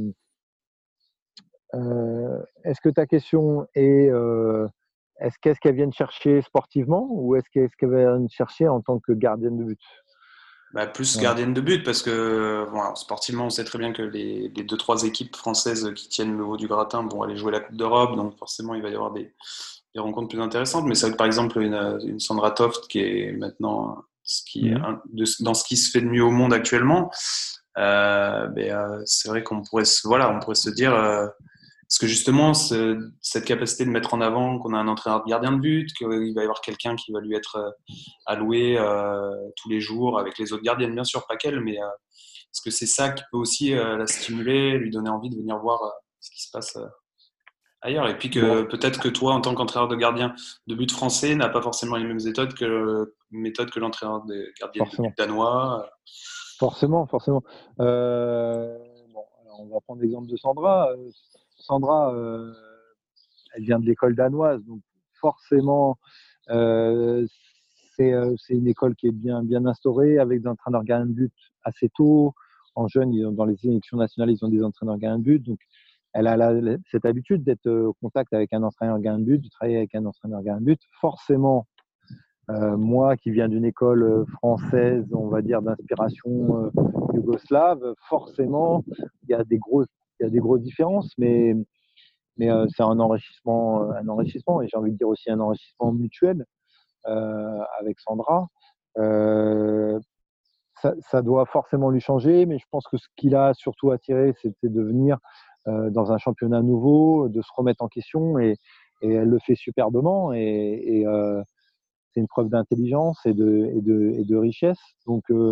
euh, est-ce que ta question est euh, est-ce qu'est-ce qu'elles viennent chercher sportivement ou est-ce qu'est-ce qu'elles viennent chercher en tant que gardienne de but? Bah, plus Voilà. gardienne de but, parce que bon, sportivement, on sait très bien que les, les deux, trois équipes françaises qui tiennent le haut du gratin vont aller jouer la Coupe d'Europe, donc forcément, il va y avoir des, des rencontres plus intéressantes. Mais c'est vrai que par exemple, une, une Sandra Toft, qui est maintenant ce qui est Mmh. un- de- dans ce qui se fait de mieux au monde actuellement, euh, ben, euh, c'est vrai qu'on pourrait se, voilà, on pourrait se dire. euh, Parce que justement, ce- cette capacité de mettre en avant qu'on a un entraîneur de gardien de but, qu'il va y avoir quelqu'un qui va lui être euh, alloué euh, tous les jours avec les autres gardiennes, bien sûr, pas qu'elle, mais euh, parce que c'est ça qui peut aussi euh, la stimuler, lui donner envie de venir voir euh, ce qui se passe euh, ailleurs. Et puis que Bon, peut-être que toi, en tant qu'entraîneur de gardien de but français, n'a pas forcément les mêmes méthodes que, méthodes que l'entraîneur des gardiennes de but forcément, danois. forcément, forcément. Euh, bon, alors on va prendre l'exemple de Sandra. Euh, Sandra, euh, elle vient de l'école danoise, donc forcément, euh, c'est euh, c'est une école qui est bien, bien instaurée, avec des entraîneurs gardiens de but assez tôt. En jeune, ils ont- dans les sélections nationales, ils ont des entraîneurs gardiens de but. Donc, elle a la- la- cette habitude d'être au contact avec un entraîneur gardien de but, de travailler avec un entraîneur gardien de but. Forcément, euh, moi qui viens d'une école euh, française, on va dire d'inspiration euh, yougoslave, forcément, il y a des grosses, il y a des grosses différences, mais mais euh, c'est un enrichissement, un enrichissement, et j'ai envie de dire aussi un enrichissement mutuel euh, avec Sandra. Euh, ça, ça doit forcément lui changer, mais je pense que ce qu'il a surtout attiré, c'était de venir euh, dans un championnat nouveau, de se remettre en question, et, et elle le fait superbement, et, et euh, c'est une preuve d'intelligence et de, et de, et de richesse. Donc euh,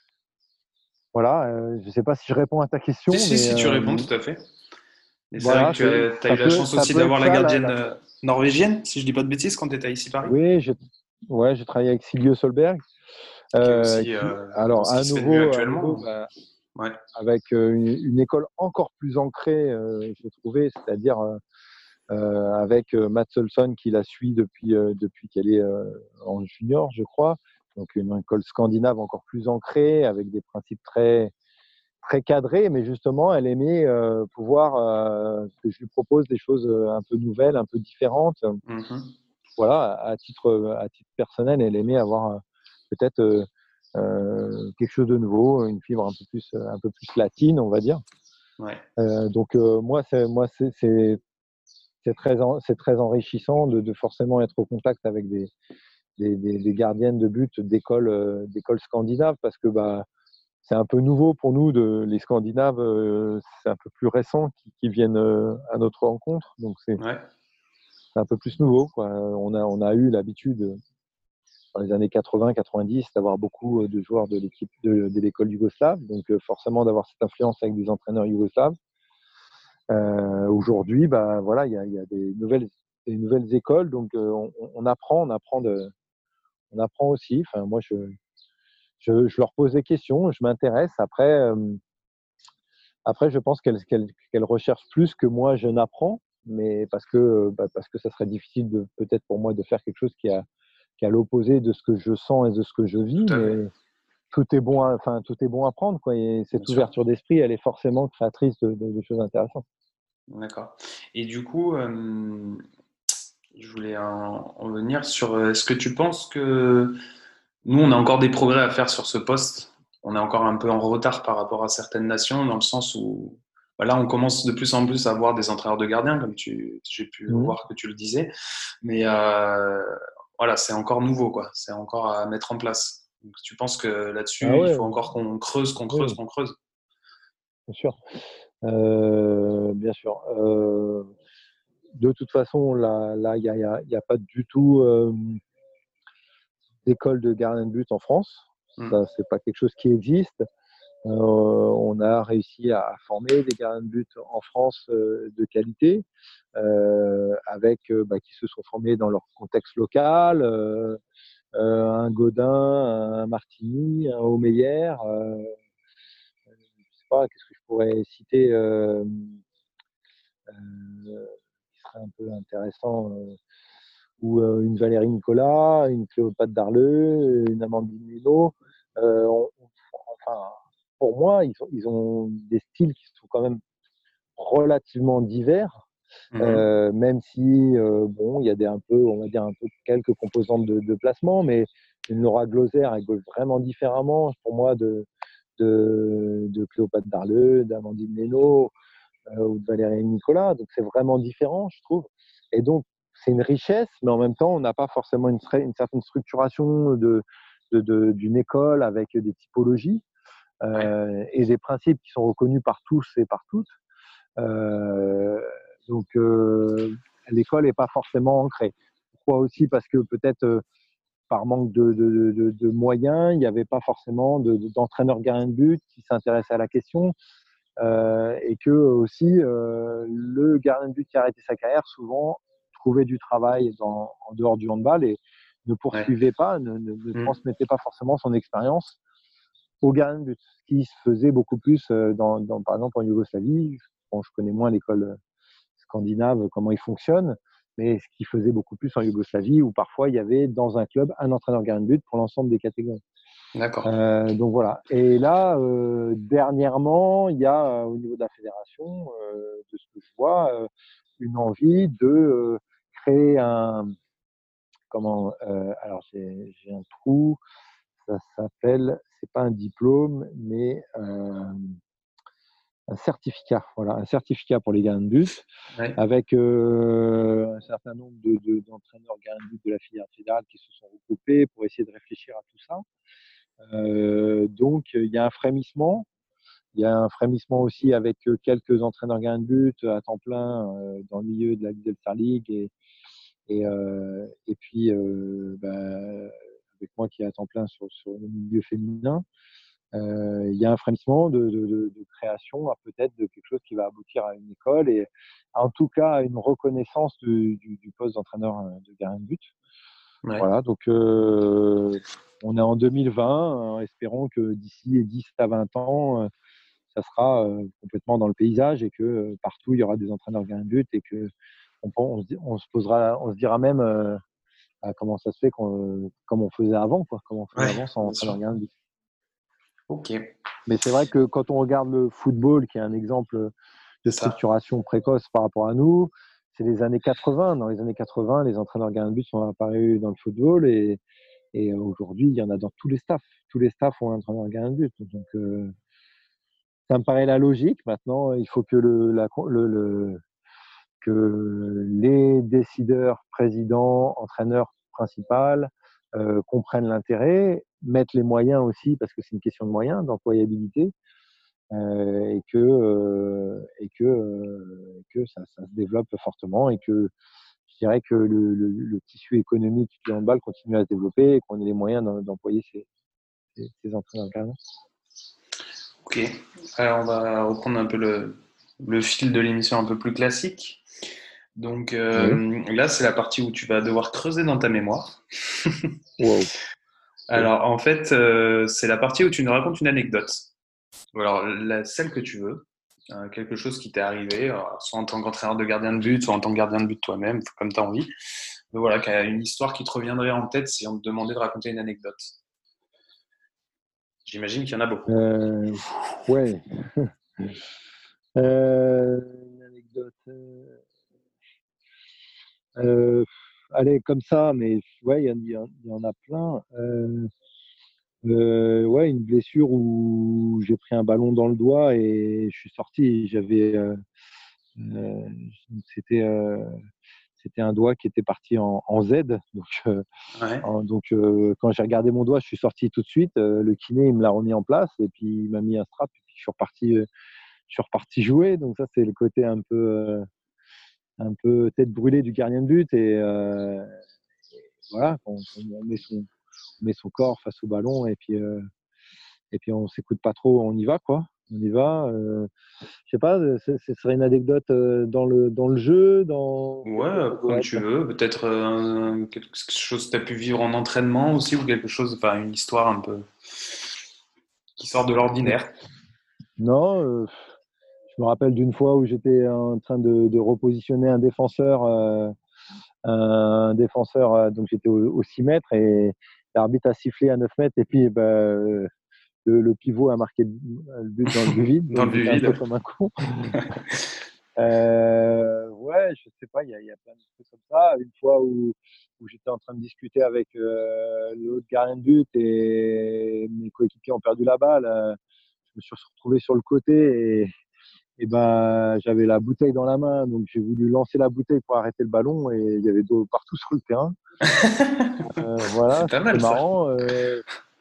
voilà, euh, je ne sais pas si je réponds à ta Si, question, si, mais si, tu euh, réponds tout à fait. Et c'est vrai que voilà, tu c'est, as, as ça eu la peut, chance ça aussi peut être d'avoir la ça. La, gardienne la... euh, norvégienne, si je dis pas de bêtises, quand tu étais ici Paris, Oui, j'ai, ouais, j'ai travaillé avec Silvio Solberg. qui est Euh, aussi qui, euh, dans alors, ce qui à se fait de mieux nouveau, à actuellement. nouveau bah, Ouais. avec euh, une, une école encore plus ancrée, euh, j'ai trouvé, c'est-à-dire euh, euh, avec euh, Matt Olson qui la suit depuis, euh, depuis qu'elle est euh, en junior, je crois. Donc, une école scandinave encore plus ancrée, avec des principes très, très cadrés, mais justement, elle aimait euh, pouvoir euh, que je lui propose des choses euh, un peu nouvelles, un peu différentes. Mhm. Voilà, à titre, à titre personnel, elle aimait avoir euh, peut-être euh, euh, quelque chose de nouveau, une fibre un peu plus, un peu plus latine, on va dire. Ouais. Euh, donc euh, moi, c'est, moi, c'est, c'est, c'est très, en, c'est très enrichissant de, de forcément être au contact avec des, des, des, des gardiennes de but d'écoles, euh, d'écoles scandinaves, parce que bah, c'est un peu nouveau pour nous, de, les Scandinaves, euh, c'est un peu plus récent qui, qui viennent euh, à notre rencontre, donc c'est, Ouais. c'est un peu plus nouveau, quoi. On a, on a eu l'habitude dans les années quatre-vingts quatre-vingt-dix d'avoir beaucoup de joueurs de l'équipe de, de l'école yougoslave, donc euh, forcément d'avoir cette influence avec des entraîneurs yougoslaves. Euh, aujourd'hui, bah, voilà, il y a, y a des, nouvelles, des nouvelles écoles, donc euh, on, on apprend, on apprend, de, on apprend aussi. Enfin, moi, je, je, je leur pose des questions, je m'intéresse. Après, euh, après, je pense qu'elles qu'elles, qu'elles recherchent plus que moi, je n'apprends, mais parce que, bah, parce que ça serait difficile de, peut-être pour moi de faire quelque chose qui a, qui a l'opposé de ce que je sens et de ce que je vis, Tout à fait. mais tout est bon à, enfin, tout est bon à prendre, quoi. Et Bien cette sûr. ouverture d'esprit, elle est forcément créatrice de, de, de choses intéressantes. D'accord. Et du coup, euh, je voulais en, en venir sur. euh, Est-ce que tu penses que Nous, on a encore des progrès à faire sur ce poste. On est encore un peu en retard par rapport à certaines nations, dans le sens où bah là, on commence de plus en plus à voir des entraîneurs de gardiens, comme tu, j'ai pu Mhm. voir que tu le disais. Mais euh, voilà, c'est encore nouveau, quoi. C'est encore à mettre en place. Donc, tu penses que Ah là-dessus, il ouais, faut encore qu'on creuse, qu'on creuse, oui, qu'on creuse. bien sûr. Euh, bien sûr. Euh, de toute façon, là, là, il n'y a, y a- y a pas du tout euh, d'école de gardien de but en France. Hmm. Ça, c'est pas quelque chose qui existe. Euh, on a réussi à former des gardiens de but en France euh, de qualité, euh, avec euh, bah, qui se sont formés dans leur contexte local. Euh, euh, un Godin, un Martini, un Omeyer. Euh, je sais pas, qu'est-ce que je pourrais citer euh, euh, qui serait un peu intéressant, euh, ou euh, une Valérie Nicolas, une Cléopâtre Darleux, une Amandine Lino. Euh, on- on- enfin, pour moi, ils ont, ils ont des styles qui sont quand même relativement divers, Mhm. euh, même si euh, bon, il y a des un peu, on va dire un peu quelques composantes de, de placement, mais une Laura Gloser, elle golfe vraiment différemment pour moi de de, de Cléopâtre Darleux, d'Amandine Leno euh, ou de Valérie Nicolas. Donc c'est vraiment différent, je trouve. Et donc c'est une richesse, mais en même temps, on n'a pas forcément une, une certaine structuration de, de, de, d'une école avec des typologies Ouais. euh, et des principes qui sont reconnus par tous et par toutes. Euh, donc, euh, l'école n'est pas forcément ancrée. Pourquoi aussi? Parce que peut-être euh, par manque de, de, de, de moyens, il n'y avait pas forcément de, de, d'entraîneurs gardiens de but qui s'intéressaient à la question. Euh, et que aussi, euh, le gardien de but qui a arrêté sa carrière, souvent, trouvait du travail dans, en dehors du handball et ne Ouais. poursuivait pas, ne, ne, ne Hmm. transmettait pas forcément son expérience au gardien de but. Ce qui se faisait beaucoup plus, euh, dans, dans, par exemple, en Yougoslavie. Bon, je connais moins l'école scandinave, comment ils fonctionnent, mais ce qui faisait beaucoup plus en Yougoslavie, où parfois il y avait dans un club un entraîneur gardien de but pour l'ensemble des catégories. D'accord. Euh, donc voilà. Et là, euh, dernièrement, il y a euh, au niveau de la fédération, euh, de ce que je vois, euh, une envie de euh, créer un, comment, euh, alors j'ai, j'ai un trou, ça s'appelle, c'est pas un diplôme, mais euh, un certificat. Voilà, un certificat pour les gardiens de but, Ouais. avec euh, un certain nombre de, de, d'entraîneurs gardiens de but de la filière fédérale qui se sont regroupés pour essayer de réfléchir à tout ça. Euh, donc, il y a un frémissement. Il y a un frémissement aussi avec quelques entraîneurs gardiens de but à temps plein euh, dans le milieu de la Lidl Star League et, et, euh, et puis euh, bah, avec moi qui est à temps plein sur, sur le milieu féminin. Euh, il y a un frémissement de, de, de, de création à peut-être de quelque chose qui va aboutir à une école et en tout cas à une reconnaissance du, du, du poste d'entraîneur de gardien de but. Ouais. Voilà, donc euh, on est en deux mille vingt, euh, espérons que d'ici dix à vingt ans, euh, ça sera euh, complètement dans le paysage et que euh, partout il y aura des entraîneurs gardiens de but et que on, on, se, on se posera, on se dira même euh, ah, comment ça se fait qu'on, comme on faisait avant, quoi, comment on faisait Ouais, avant sans bien entraîneur sûr. gardien de but. Ok, Mais c'est vrai que quand on regarde le football, qui est un exemple de c'est ça. structuration précoce par rapport à nous, c'est les années quatre-vingts. Dans les années quatre-vingts, les entraîneurs gardiens de but sont apparus dans le football et, et aujourd'hui, il y en a dans tous les staffs. Tous les staffs ont un entraîneur gardien de but. Donc, euh, ça me paraît la logique. Maintenant, il faut que, le, la, le, le, que les décideurs, présidents, entraîneurs principaux euh, comprennent l'intérêt, mettent les moyens aussi, parce que c'est une question de moyens, d'employabilité, euh, et que, euh, et que, euh, que ça, ça se développe fortement et que je dirais que le, le, le tissu économique du handball continue à se développer et qu'on ait les moyens d'employer ces, ces, ces entraîneurs gardiens. Ok, alors on va reprendre un peu le, le fil de l'émission un peu plus classique. Donc Oui. euh, là, c'est la partie où tu vas devoir creuser dans ta mémoire. Wow. Okay. Alors en fait, euh, c'est la partie où tu nous racontes une anecdote. Alors la, celle que tu veux, euh, quelque chose qui t'est arrivé, euh, soit en tant qu'entraîneur de gardien de but, soit en tant que gardien de but toi-même, comme tu as envie. Mais voilà, qu'il y a une histoire qui te reviendrait en tête si on te demandait de raconter une anecdote. J'imagine qu'il y en a beaucoup. Euh, ouais. euh, une anecdote. Euh, euh, allez, comme ça, mais ouais, il y, y, y, en a plein. Euh, Euh, ouais, une blessure où j'ai pris un ballon dans le doigt et je suis sorti. J'avais, euh, euh, c'était, euh, c'était un doigt qui était parti en, en Z. Donc, euh, Ouais. en- donc euh, quand j'ai regardé mon doigt, je suis sorti tout de suite. Euh, le kiné, il me l'a remis en place et puis il m'a mis un strap. Et puis je suis reparti, euh, je suis reparti jouer. Donc ça, c'est le côté un peu, euh, un peu tête brûlée du gardien de but et euh, voilà, on, on met son, on met son corps face au ballon et puis. Euh, et puis on s'écoute pas trop, on y va quoi. On y va. Euh, je sais pas, ce serait une anecdote euh, dans le dans le jeu, dans qu'est-ce que Ouais, ça comme doit tu être. veux. Peut-être euh, quelque chose que tu as pu vivre en entraînement aussi ou quelque chose, enfin une histoire un peu qui sort de l'ordinaire. Non, euh, je me rappelle d'une fois où j'étais en train de, de repositionner un défenseur, euh, un défenseur, euh, donc j'étais au, au six mètres et l'arbitre a sifflé à neuf mètres et puis bah, euh, le, le pivot a marqué le but dans le but vide, Dans donc le but j'étais un peu vide. comme un con. Euh, ouais, je sais pas, il y a, il y a plein de trucs comme ça. Une fois où, où j'étais en train de discuter avec euh, l'autre gardien de but et mes coéquipiers ont perdu la balle, euh, je me suis retrouvé sur le côté et, et ben, j'avais la bouteille dans la main, donc j'ai voulu lancer la bouteille pour arrêter le ballon et il y avait de l'eau partout sur le terrain. Euh, C'est voilà, pas c'était mal ça. marrant. Euh,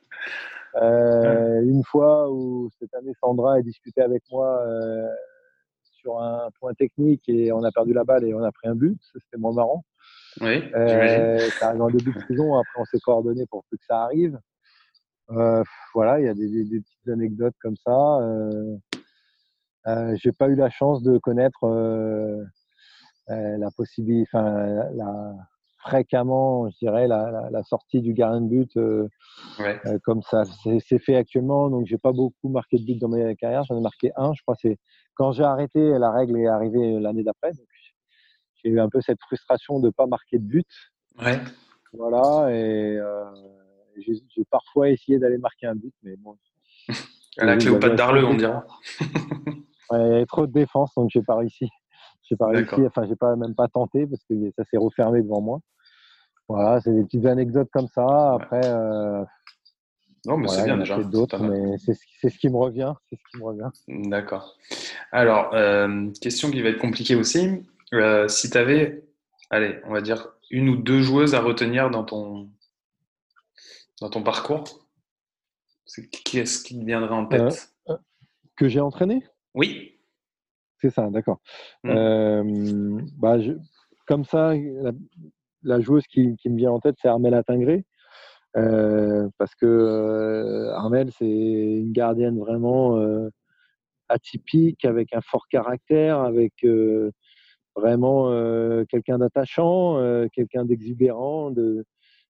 Ouais. euh, une fois où cette année Sandra a discuté avec moi euh, sur un point technique et on a perdu la balle et on a pris un but. Ça, c'était moins marrant. Oui, j'imagine. Euh, ça arrive en début de saison. Après, on s'est coordonné pour que ça arrive. Euh, voilà, il y a des, des, des petites anecdotes comme ça. Euh, euh, j'ai pas eu la chance de connaître euh, euh, la possibilité, enfin, la, fréquemment, je dirais, la, la, la sortie du gardien de but euh, Ouais. euh, comme ça c'est, c'est fait actuellement. Donc, j'ai pas beaucoup marqué de but dans ma carrière. J'en ai marqué un, je crois. C'est quand j'ai arrêté, la règle est arrivée l'année d'après. Donc, j'ai eu un peu cette frustration de ne pas marquer de but. Ouais. Voilà, et euh, j'ai, j'ai parfois essayé d'aller marquer un but, mais bon, À il la y Cléopâtre avait trop d'Arleux, de on dira. défense. Ouais, il y avait trop de défense, donc j'ai pas réussi. J'ai pas réussi, D'accord. enfin, j'ai pas même pas tenté parce que ça s'est refermé devant moi. Voilà, c'est des petites anecdotes comme ça. Ouais. Après, euh, Non, mais c'est voilà, il y bien en a déjà. peut-être C'est pas d'autres, mal. mais c'est, c'est ce qui me revient. C'est ce qui me revient. D'accord. Alors, euh, question qui va être compliquée aussi. Euh, si tu avais, allez, on va dire une ou deux joueuses à retenir dans ton, dans ton parcours, c'est qui est-ce qui te viendrait en Euh, tête? euh, que j'ai entraîné? Oui. C'est ça, d'accord. Hmm. Euh, bah, je, comme ça, la, la joueuse qui, qui me vient en tête, c'est Armelle Tingré. Euh, parce que euh, Armelle, c'est une gardienne vraiment euh, atypique, avec un fort caractère, avec euh, vraiment euh, quelqu'un d'attachant, euh, quelqu'un d'exubérant, de,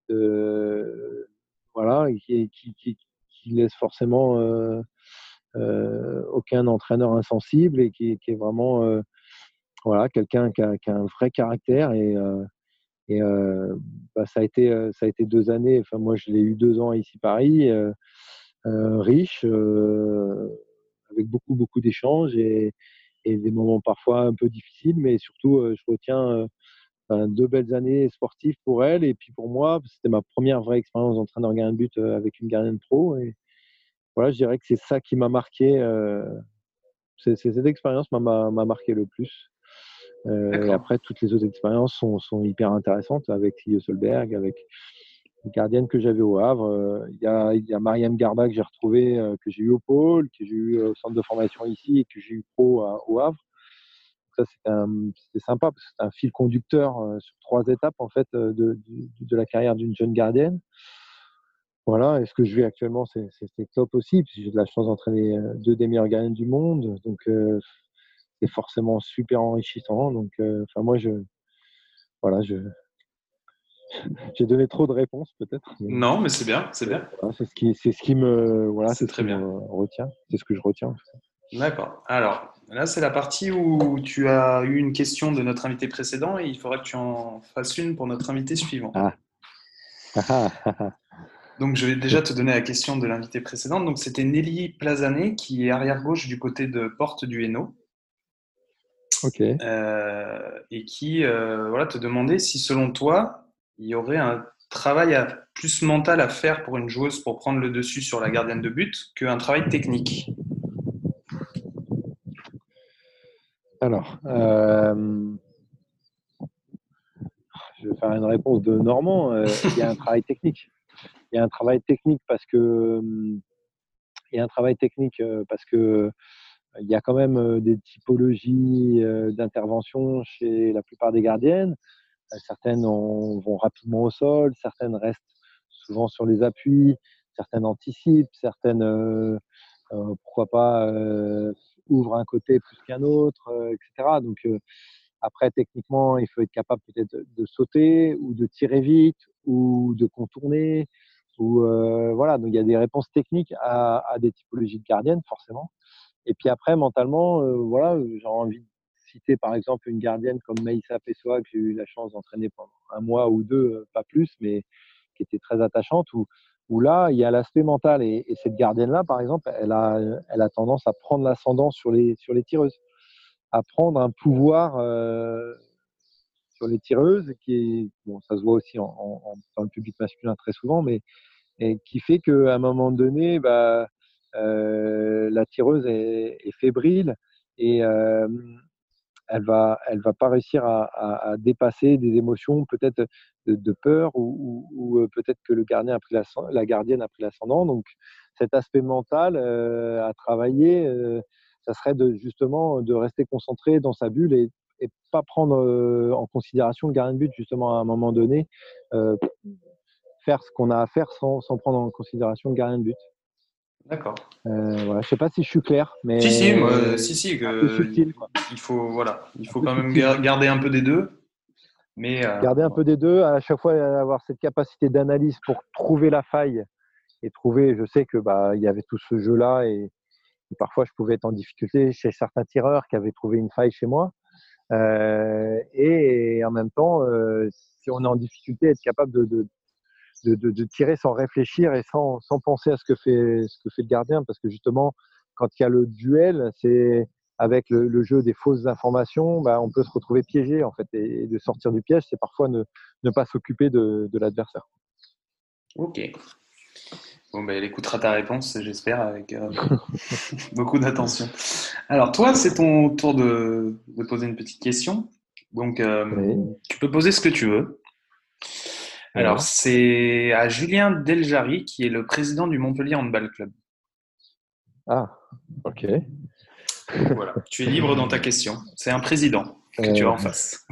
de- voilà, qui, qui, qui, qui laisse forcément euh, euh, aucun entraîneur insensible et qui, qui est vraiment euh, voilà, quelqu'un qui a, qui a un vrai caractère et euh, Et euh, bah, ça a été euh, ça a été deux années. Enfin moi je l'ai eu deux ans ici Paris, euh, euh, riche, euh, avec beaucoup beaucoup d'échanges et, et des moments parfois un peu difficiles, mais surtout euh, je retiens euh, ben, deux belles années sportives pour elle et puis pour moi c'était ma première vraie expérience d'entraîneur gardien de but euh, avec une gardienne pro et voilà je dirais que c'est ça qui m'a marqué. Euh, c'est, c'est cette expérience m'a, m'a, m'a marqué le plus. Euh, et D'accord. après, toutes les autres expériences sont, sont hyper intéressantes avec Lio Solberg, avec les gardiennes que j'avais au Havre. Euh, Il y, a, y a Mariam Garba que j'ai retrouvé, euh, que j'ai eu au pôle, que j'ai eu au centre de formation ici et que j'ai eu pro à, au Havre. Donc ça, c'était, un, c'était sympa parce que c'était un fil conducteur euh, sur trois étapes en fait euh, de, de, de la carrière d'une jeune gardienne. Voilà, et ce que je vis actuellement, c'est, c'est, c'est top aussi, puisque j'ai de la chance d'entraîner euh, deux des meilleures gardiennes du monde. Donc, euh, c'est forcément super enrichissant. Donc, euh, enfin, moi, je, voilà, je, j'ai donné trop de réponses peut-être, mais Non, mais c'est bien, c'est bien. voilà, c'est ce qui, c'est ce qui me, voilà, C'est c'est ce très qui me bien. retient, c'est ce que je retiens. D'accord. Alors, là, c'est la partie où tu as eu une question de notre invité précédent et il faudra que tu en fasses une pour notre invité suivant. Ah, ah, ah, ah. Donc, je vais déjà te donner la question de l'invité précédent. Donc, c'était Nelly Plazané, qui est arrière-gauche du côté de Porte du Hainaut, Ok. euh, et qui euh, voilà, te demandait si, selon toi, il y aurait un travail à, plus mental à faire pour une joueuse pour prendre le dessus sur la gardienne de but qu'un travail technique? Alors, euh, je vais faire une réponse de Normand. Euh, il y a un travail technique. Il y a un travail technique parce que il y a un travail technique parce que il y a quand même des typologies d'intervention chez la plupart des gardiennes. Certaines ont, vont rapidement au sol, certaines restent souvent sur les appuis, certaines anticipent, certaines, euh, euh, pourquoi pas, euh, ouvrent un côté plus qu'un autre, euh, et cetera. Donc euh, après, techniquement, il faut être capable peut-être de, de sauter ou de tirer vite ou de contourner. Ou euh, voilà, donc il y a des réponses techniques à, à des typologies de gardiennes, forcément. Et puis après, mentalement, euh, voilà, j'ai envie de citer par exemple une gardienne comme Maïssa Pessoa, que j'ai eu la chance d'entraîner pendant un mois ou deux, pas plus, mais qui était très attachante, où, où là, il y a l'aspect mental. Et, et cette gardienne-là, par exemple, elle a, elle a tendance à prendre l'ascendant sur les, sur les tireuses, à prendre un pouvoir euh, sur les tireuses, qui est, bon, ça se voit aussi en, en, dans le public masculin très souvent, mais et qui fait qu'à un moment donné, bah, euh, la tireuse est, est fébrile et euh, elle va, elle va pas réussir à, à, à dépasser des émotions peut-être de, de peur ou, ou, ou peut-être que le gardien a pris la, la gardienne a pris l'ascendant. Donc cet aspect mental euh, à travailler, euh, ça serait de justement de rester concentré dans sa bulle et, et pas prendre euh, en considération le gardien de but justement à un moment donné. Euh, faire ce qu'on a à faire sans, sans prendre en considération le gardien de but. D'accord. Euh, voilà. Je ne sais pas si je suis clair, mais si si, moi, si, si, que, un peu subtil, il faut voilà, il faut quand même subtil. garder un peu des deux, mais euh, garder un peu des deux, à chaque fois avoir cette capacité d'analyse pour trouver la faille et trouver. Je sais que bah il y avait tout ce jeu-là et, et parfois je pouvais être en difficulté chez certains tireurs qui avaient trouvé une faille chez moi. Euh, et, et en même temps, euh, si on est en difficulté, être capable de, de De, de, de tirer sans réfléchir et sans, sans penser à ce que, fait, ce que fait le gardien, parce que justement, quand il y a le duel, c'est avec le, le jeu des fausses informations, bah, on peut se retrouver piégé en fait, et, et de sortir du piège, c'est parfois ne, ne pas s'occuper de, de l'adversaire. Ok. Bon, ben, elle écoutera ta réponse, j'espère, avec euh, beaucoup d'attention. Alors, toi, c'est ton tour de, de poser une petite question. Donc, euh, oui. Tu peux poser ce que tu veux. Alors, ouais. C'est à Julien Deljari, qui est le président du Montpellier Handball Club. Ah, ok. Voilà, tu es libre dans ta question. C'est un président que euh... tu as en face.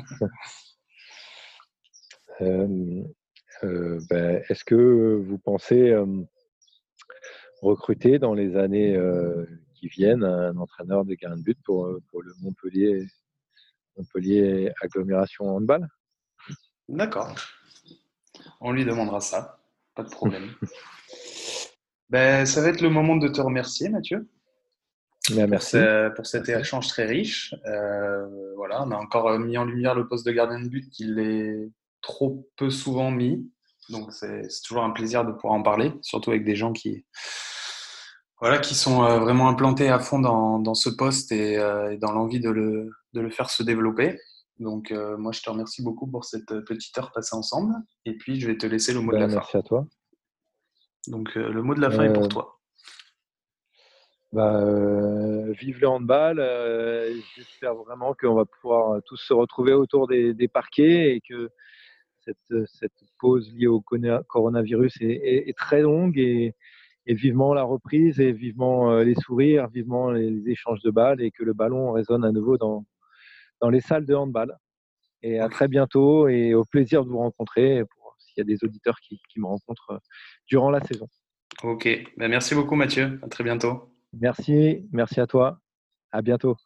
euh, euh, ben, est-ce que vous pensez euh, recruter dans les années euh, qui viennent un entraîneur de gardien de but pour, pour le Montpellier, Montpellier Agglomération Handball? D'accord. On lui demandera ça, pas de problème. Ben, ça va être le moment de te remercier, Mathieu. Bien, merci. Pour, ce, pour cet merci. échange très riche. Euh, voilà, on a encore mis en lumière le poste de gardien de but qu'il est trop peu souvent mis. Donc, c'est, c'est toujours un plaisir de pouvoir en parler, surtout avec des gens qui, voilà, qui sont vraiment implantés à fond dans, dans ce poste et, euh, et dans l'envie de le, de le faire se développer. Donc, euh, moi, je te remercie beaucoup pour cette petite heure passée ensemble. Et puis, je vais te laisser le mot ben, de la fin. Merci à toi. Donc, euh, le mot de la fin euh, est pour toi. Bah, euh, vive le handball. Euh, j'espère vraiment qu'on va pouvoir tous se retrouver autour des, des parquets et que cette, cette pause liée au coronavirus est, est, est très longue et, et vivement la reprise et vivement euh, les sourires, vivement les, les échanges de balles et que le ballon résonne à nouveau dans dans les salles de handball. Et à très bientôt et au plaisir de vous rencontrer pour, s'il y a des auditeurs qui, qui me rencontrent durant la saison. Ok, ben, merci beaucoup Mathieu, à très bientôt. Merci, merci à toi, à bientôt.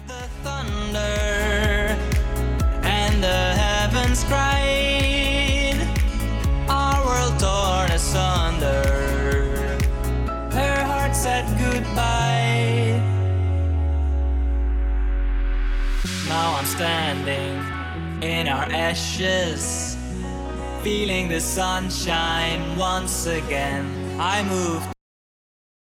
Now I'm standing in our ashes, feeling the sunshine once again. I moved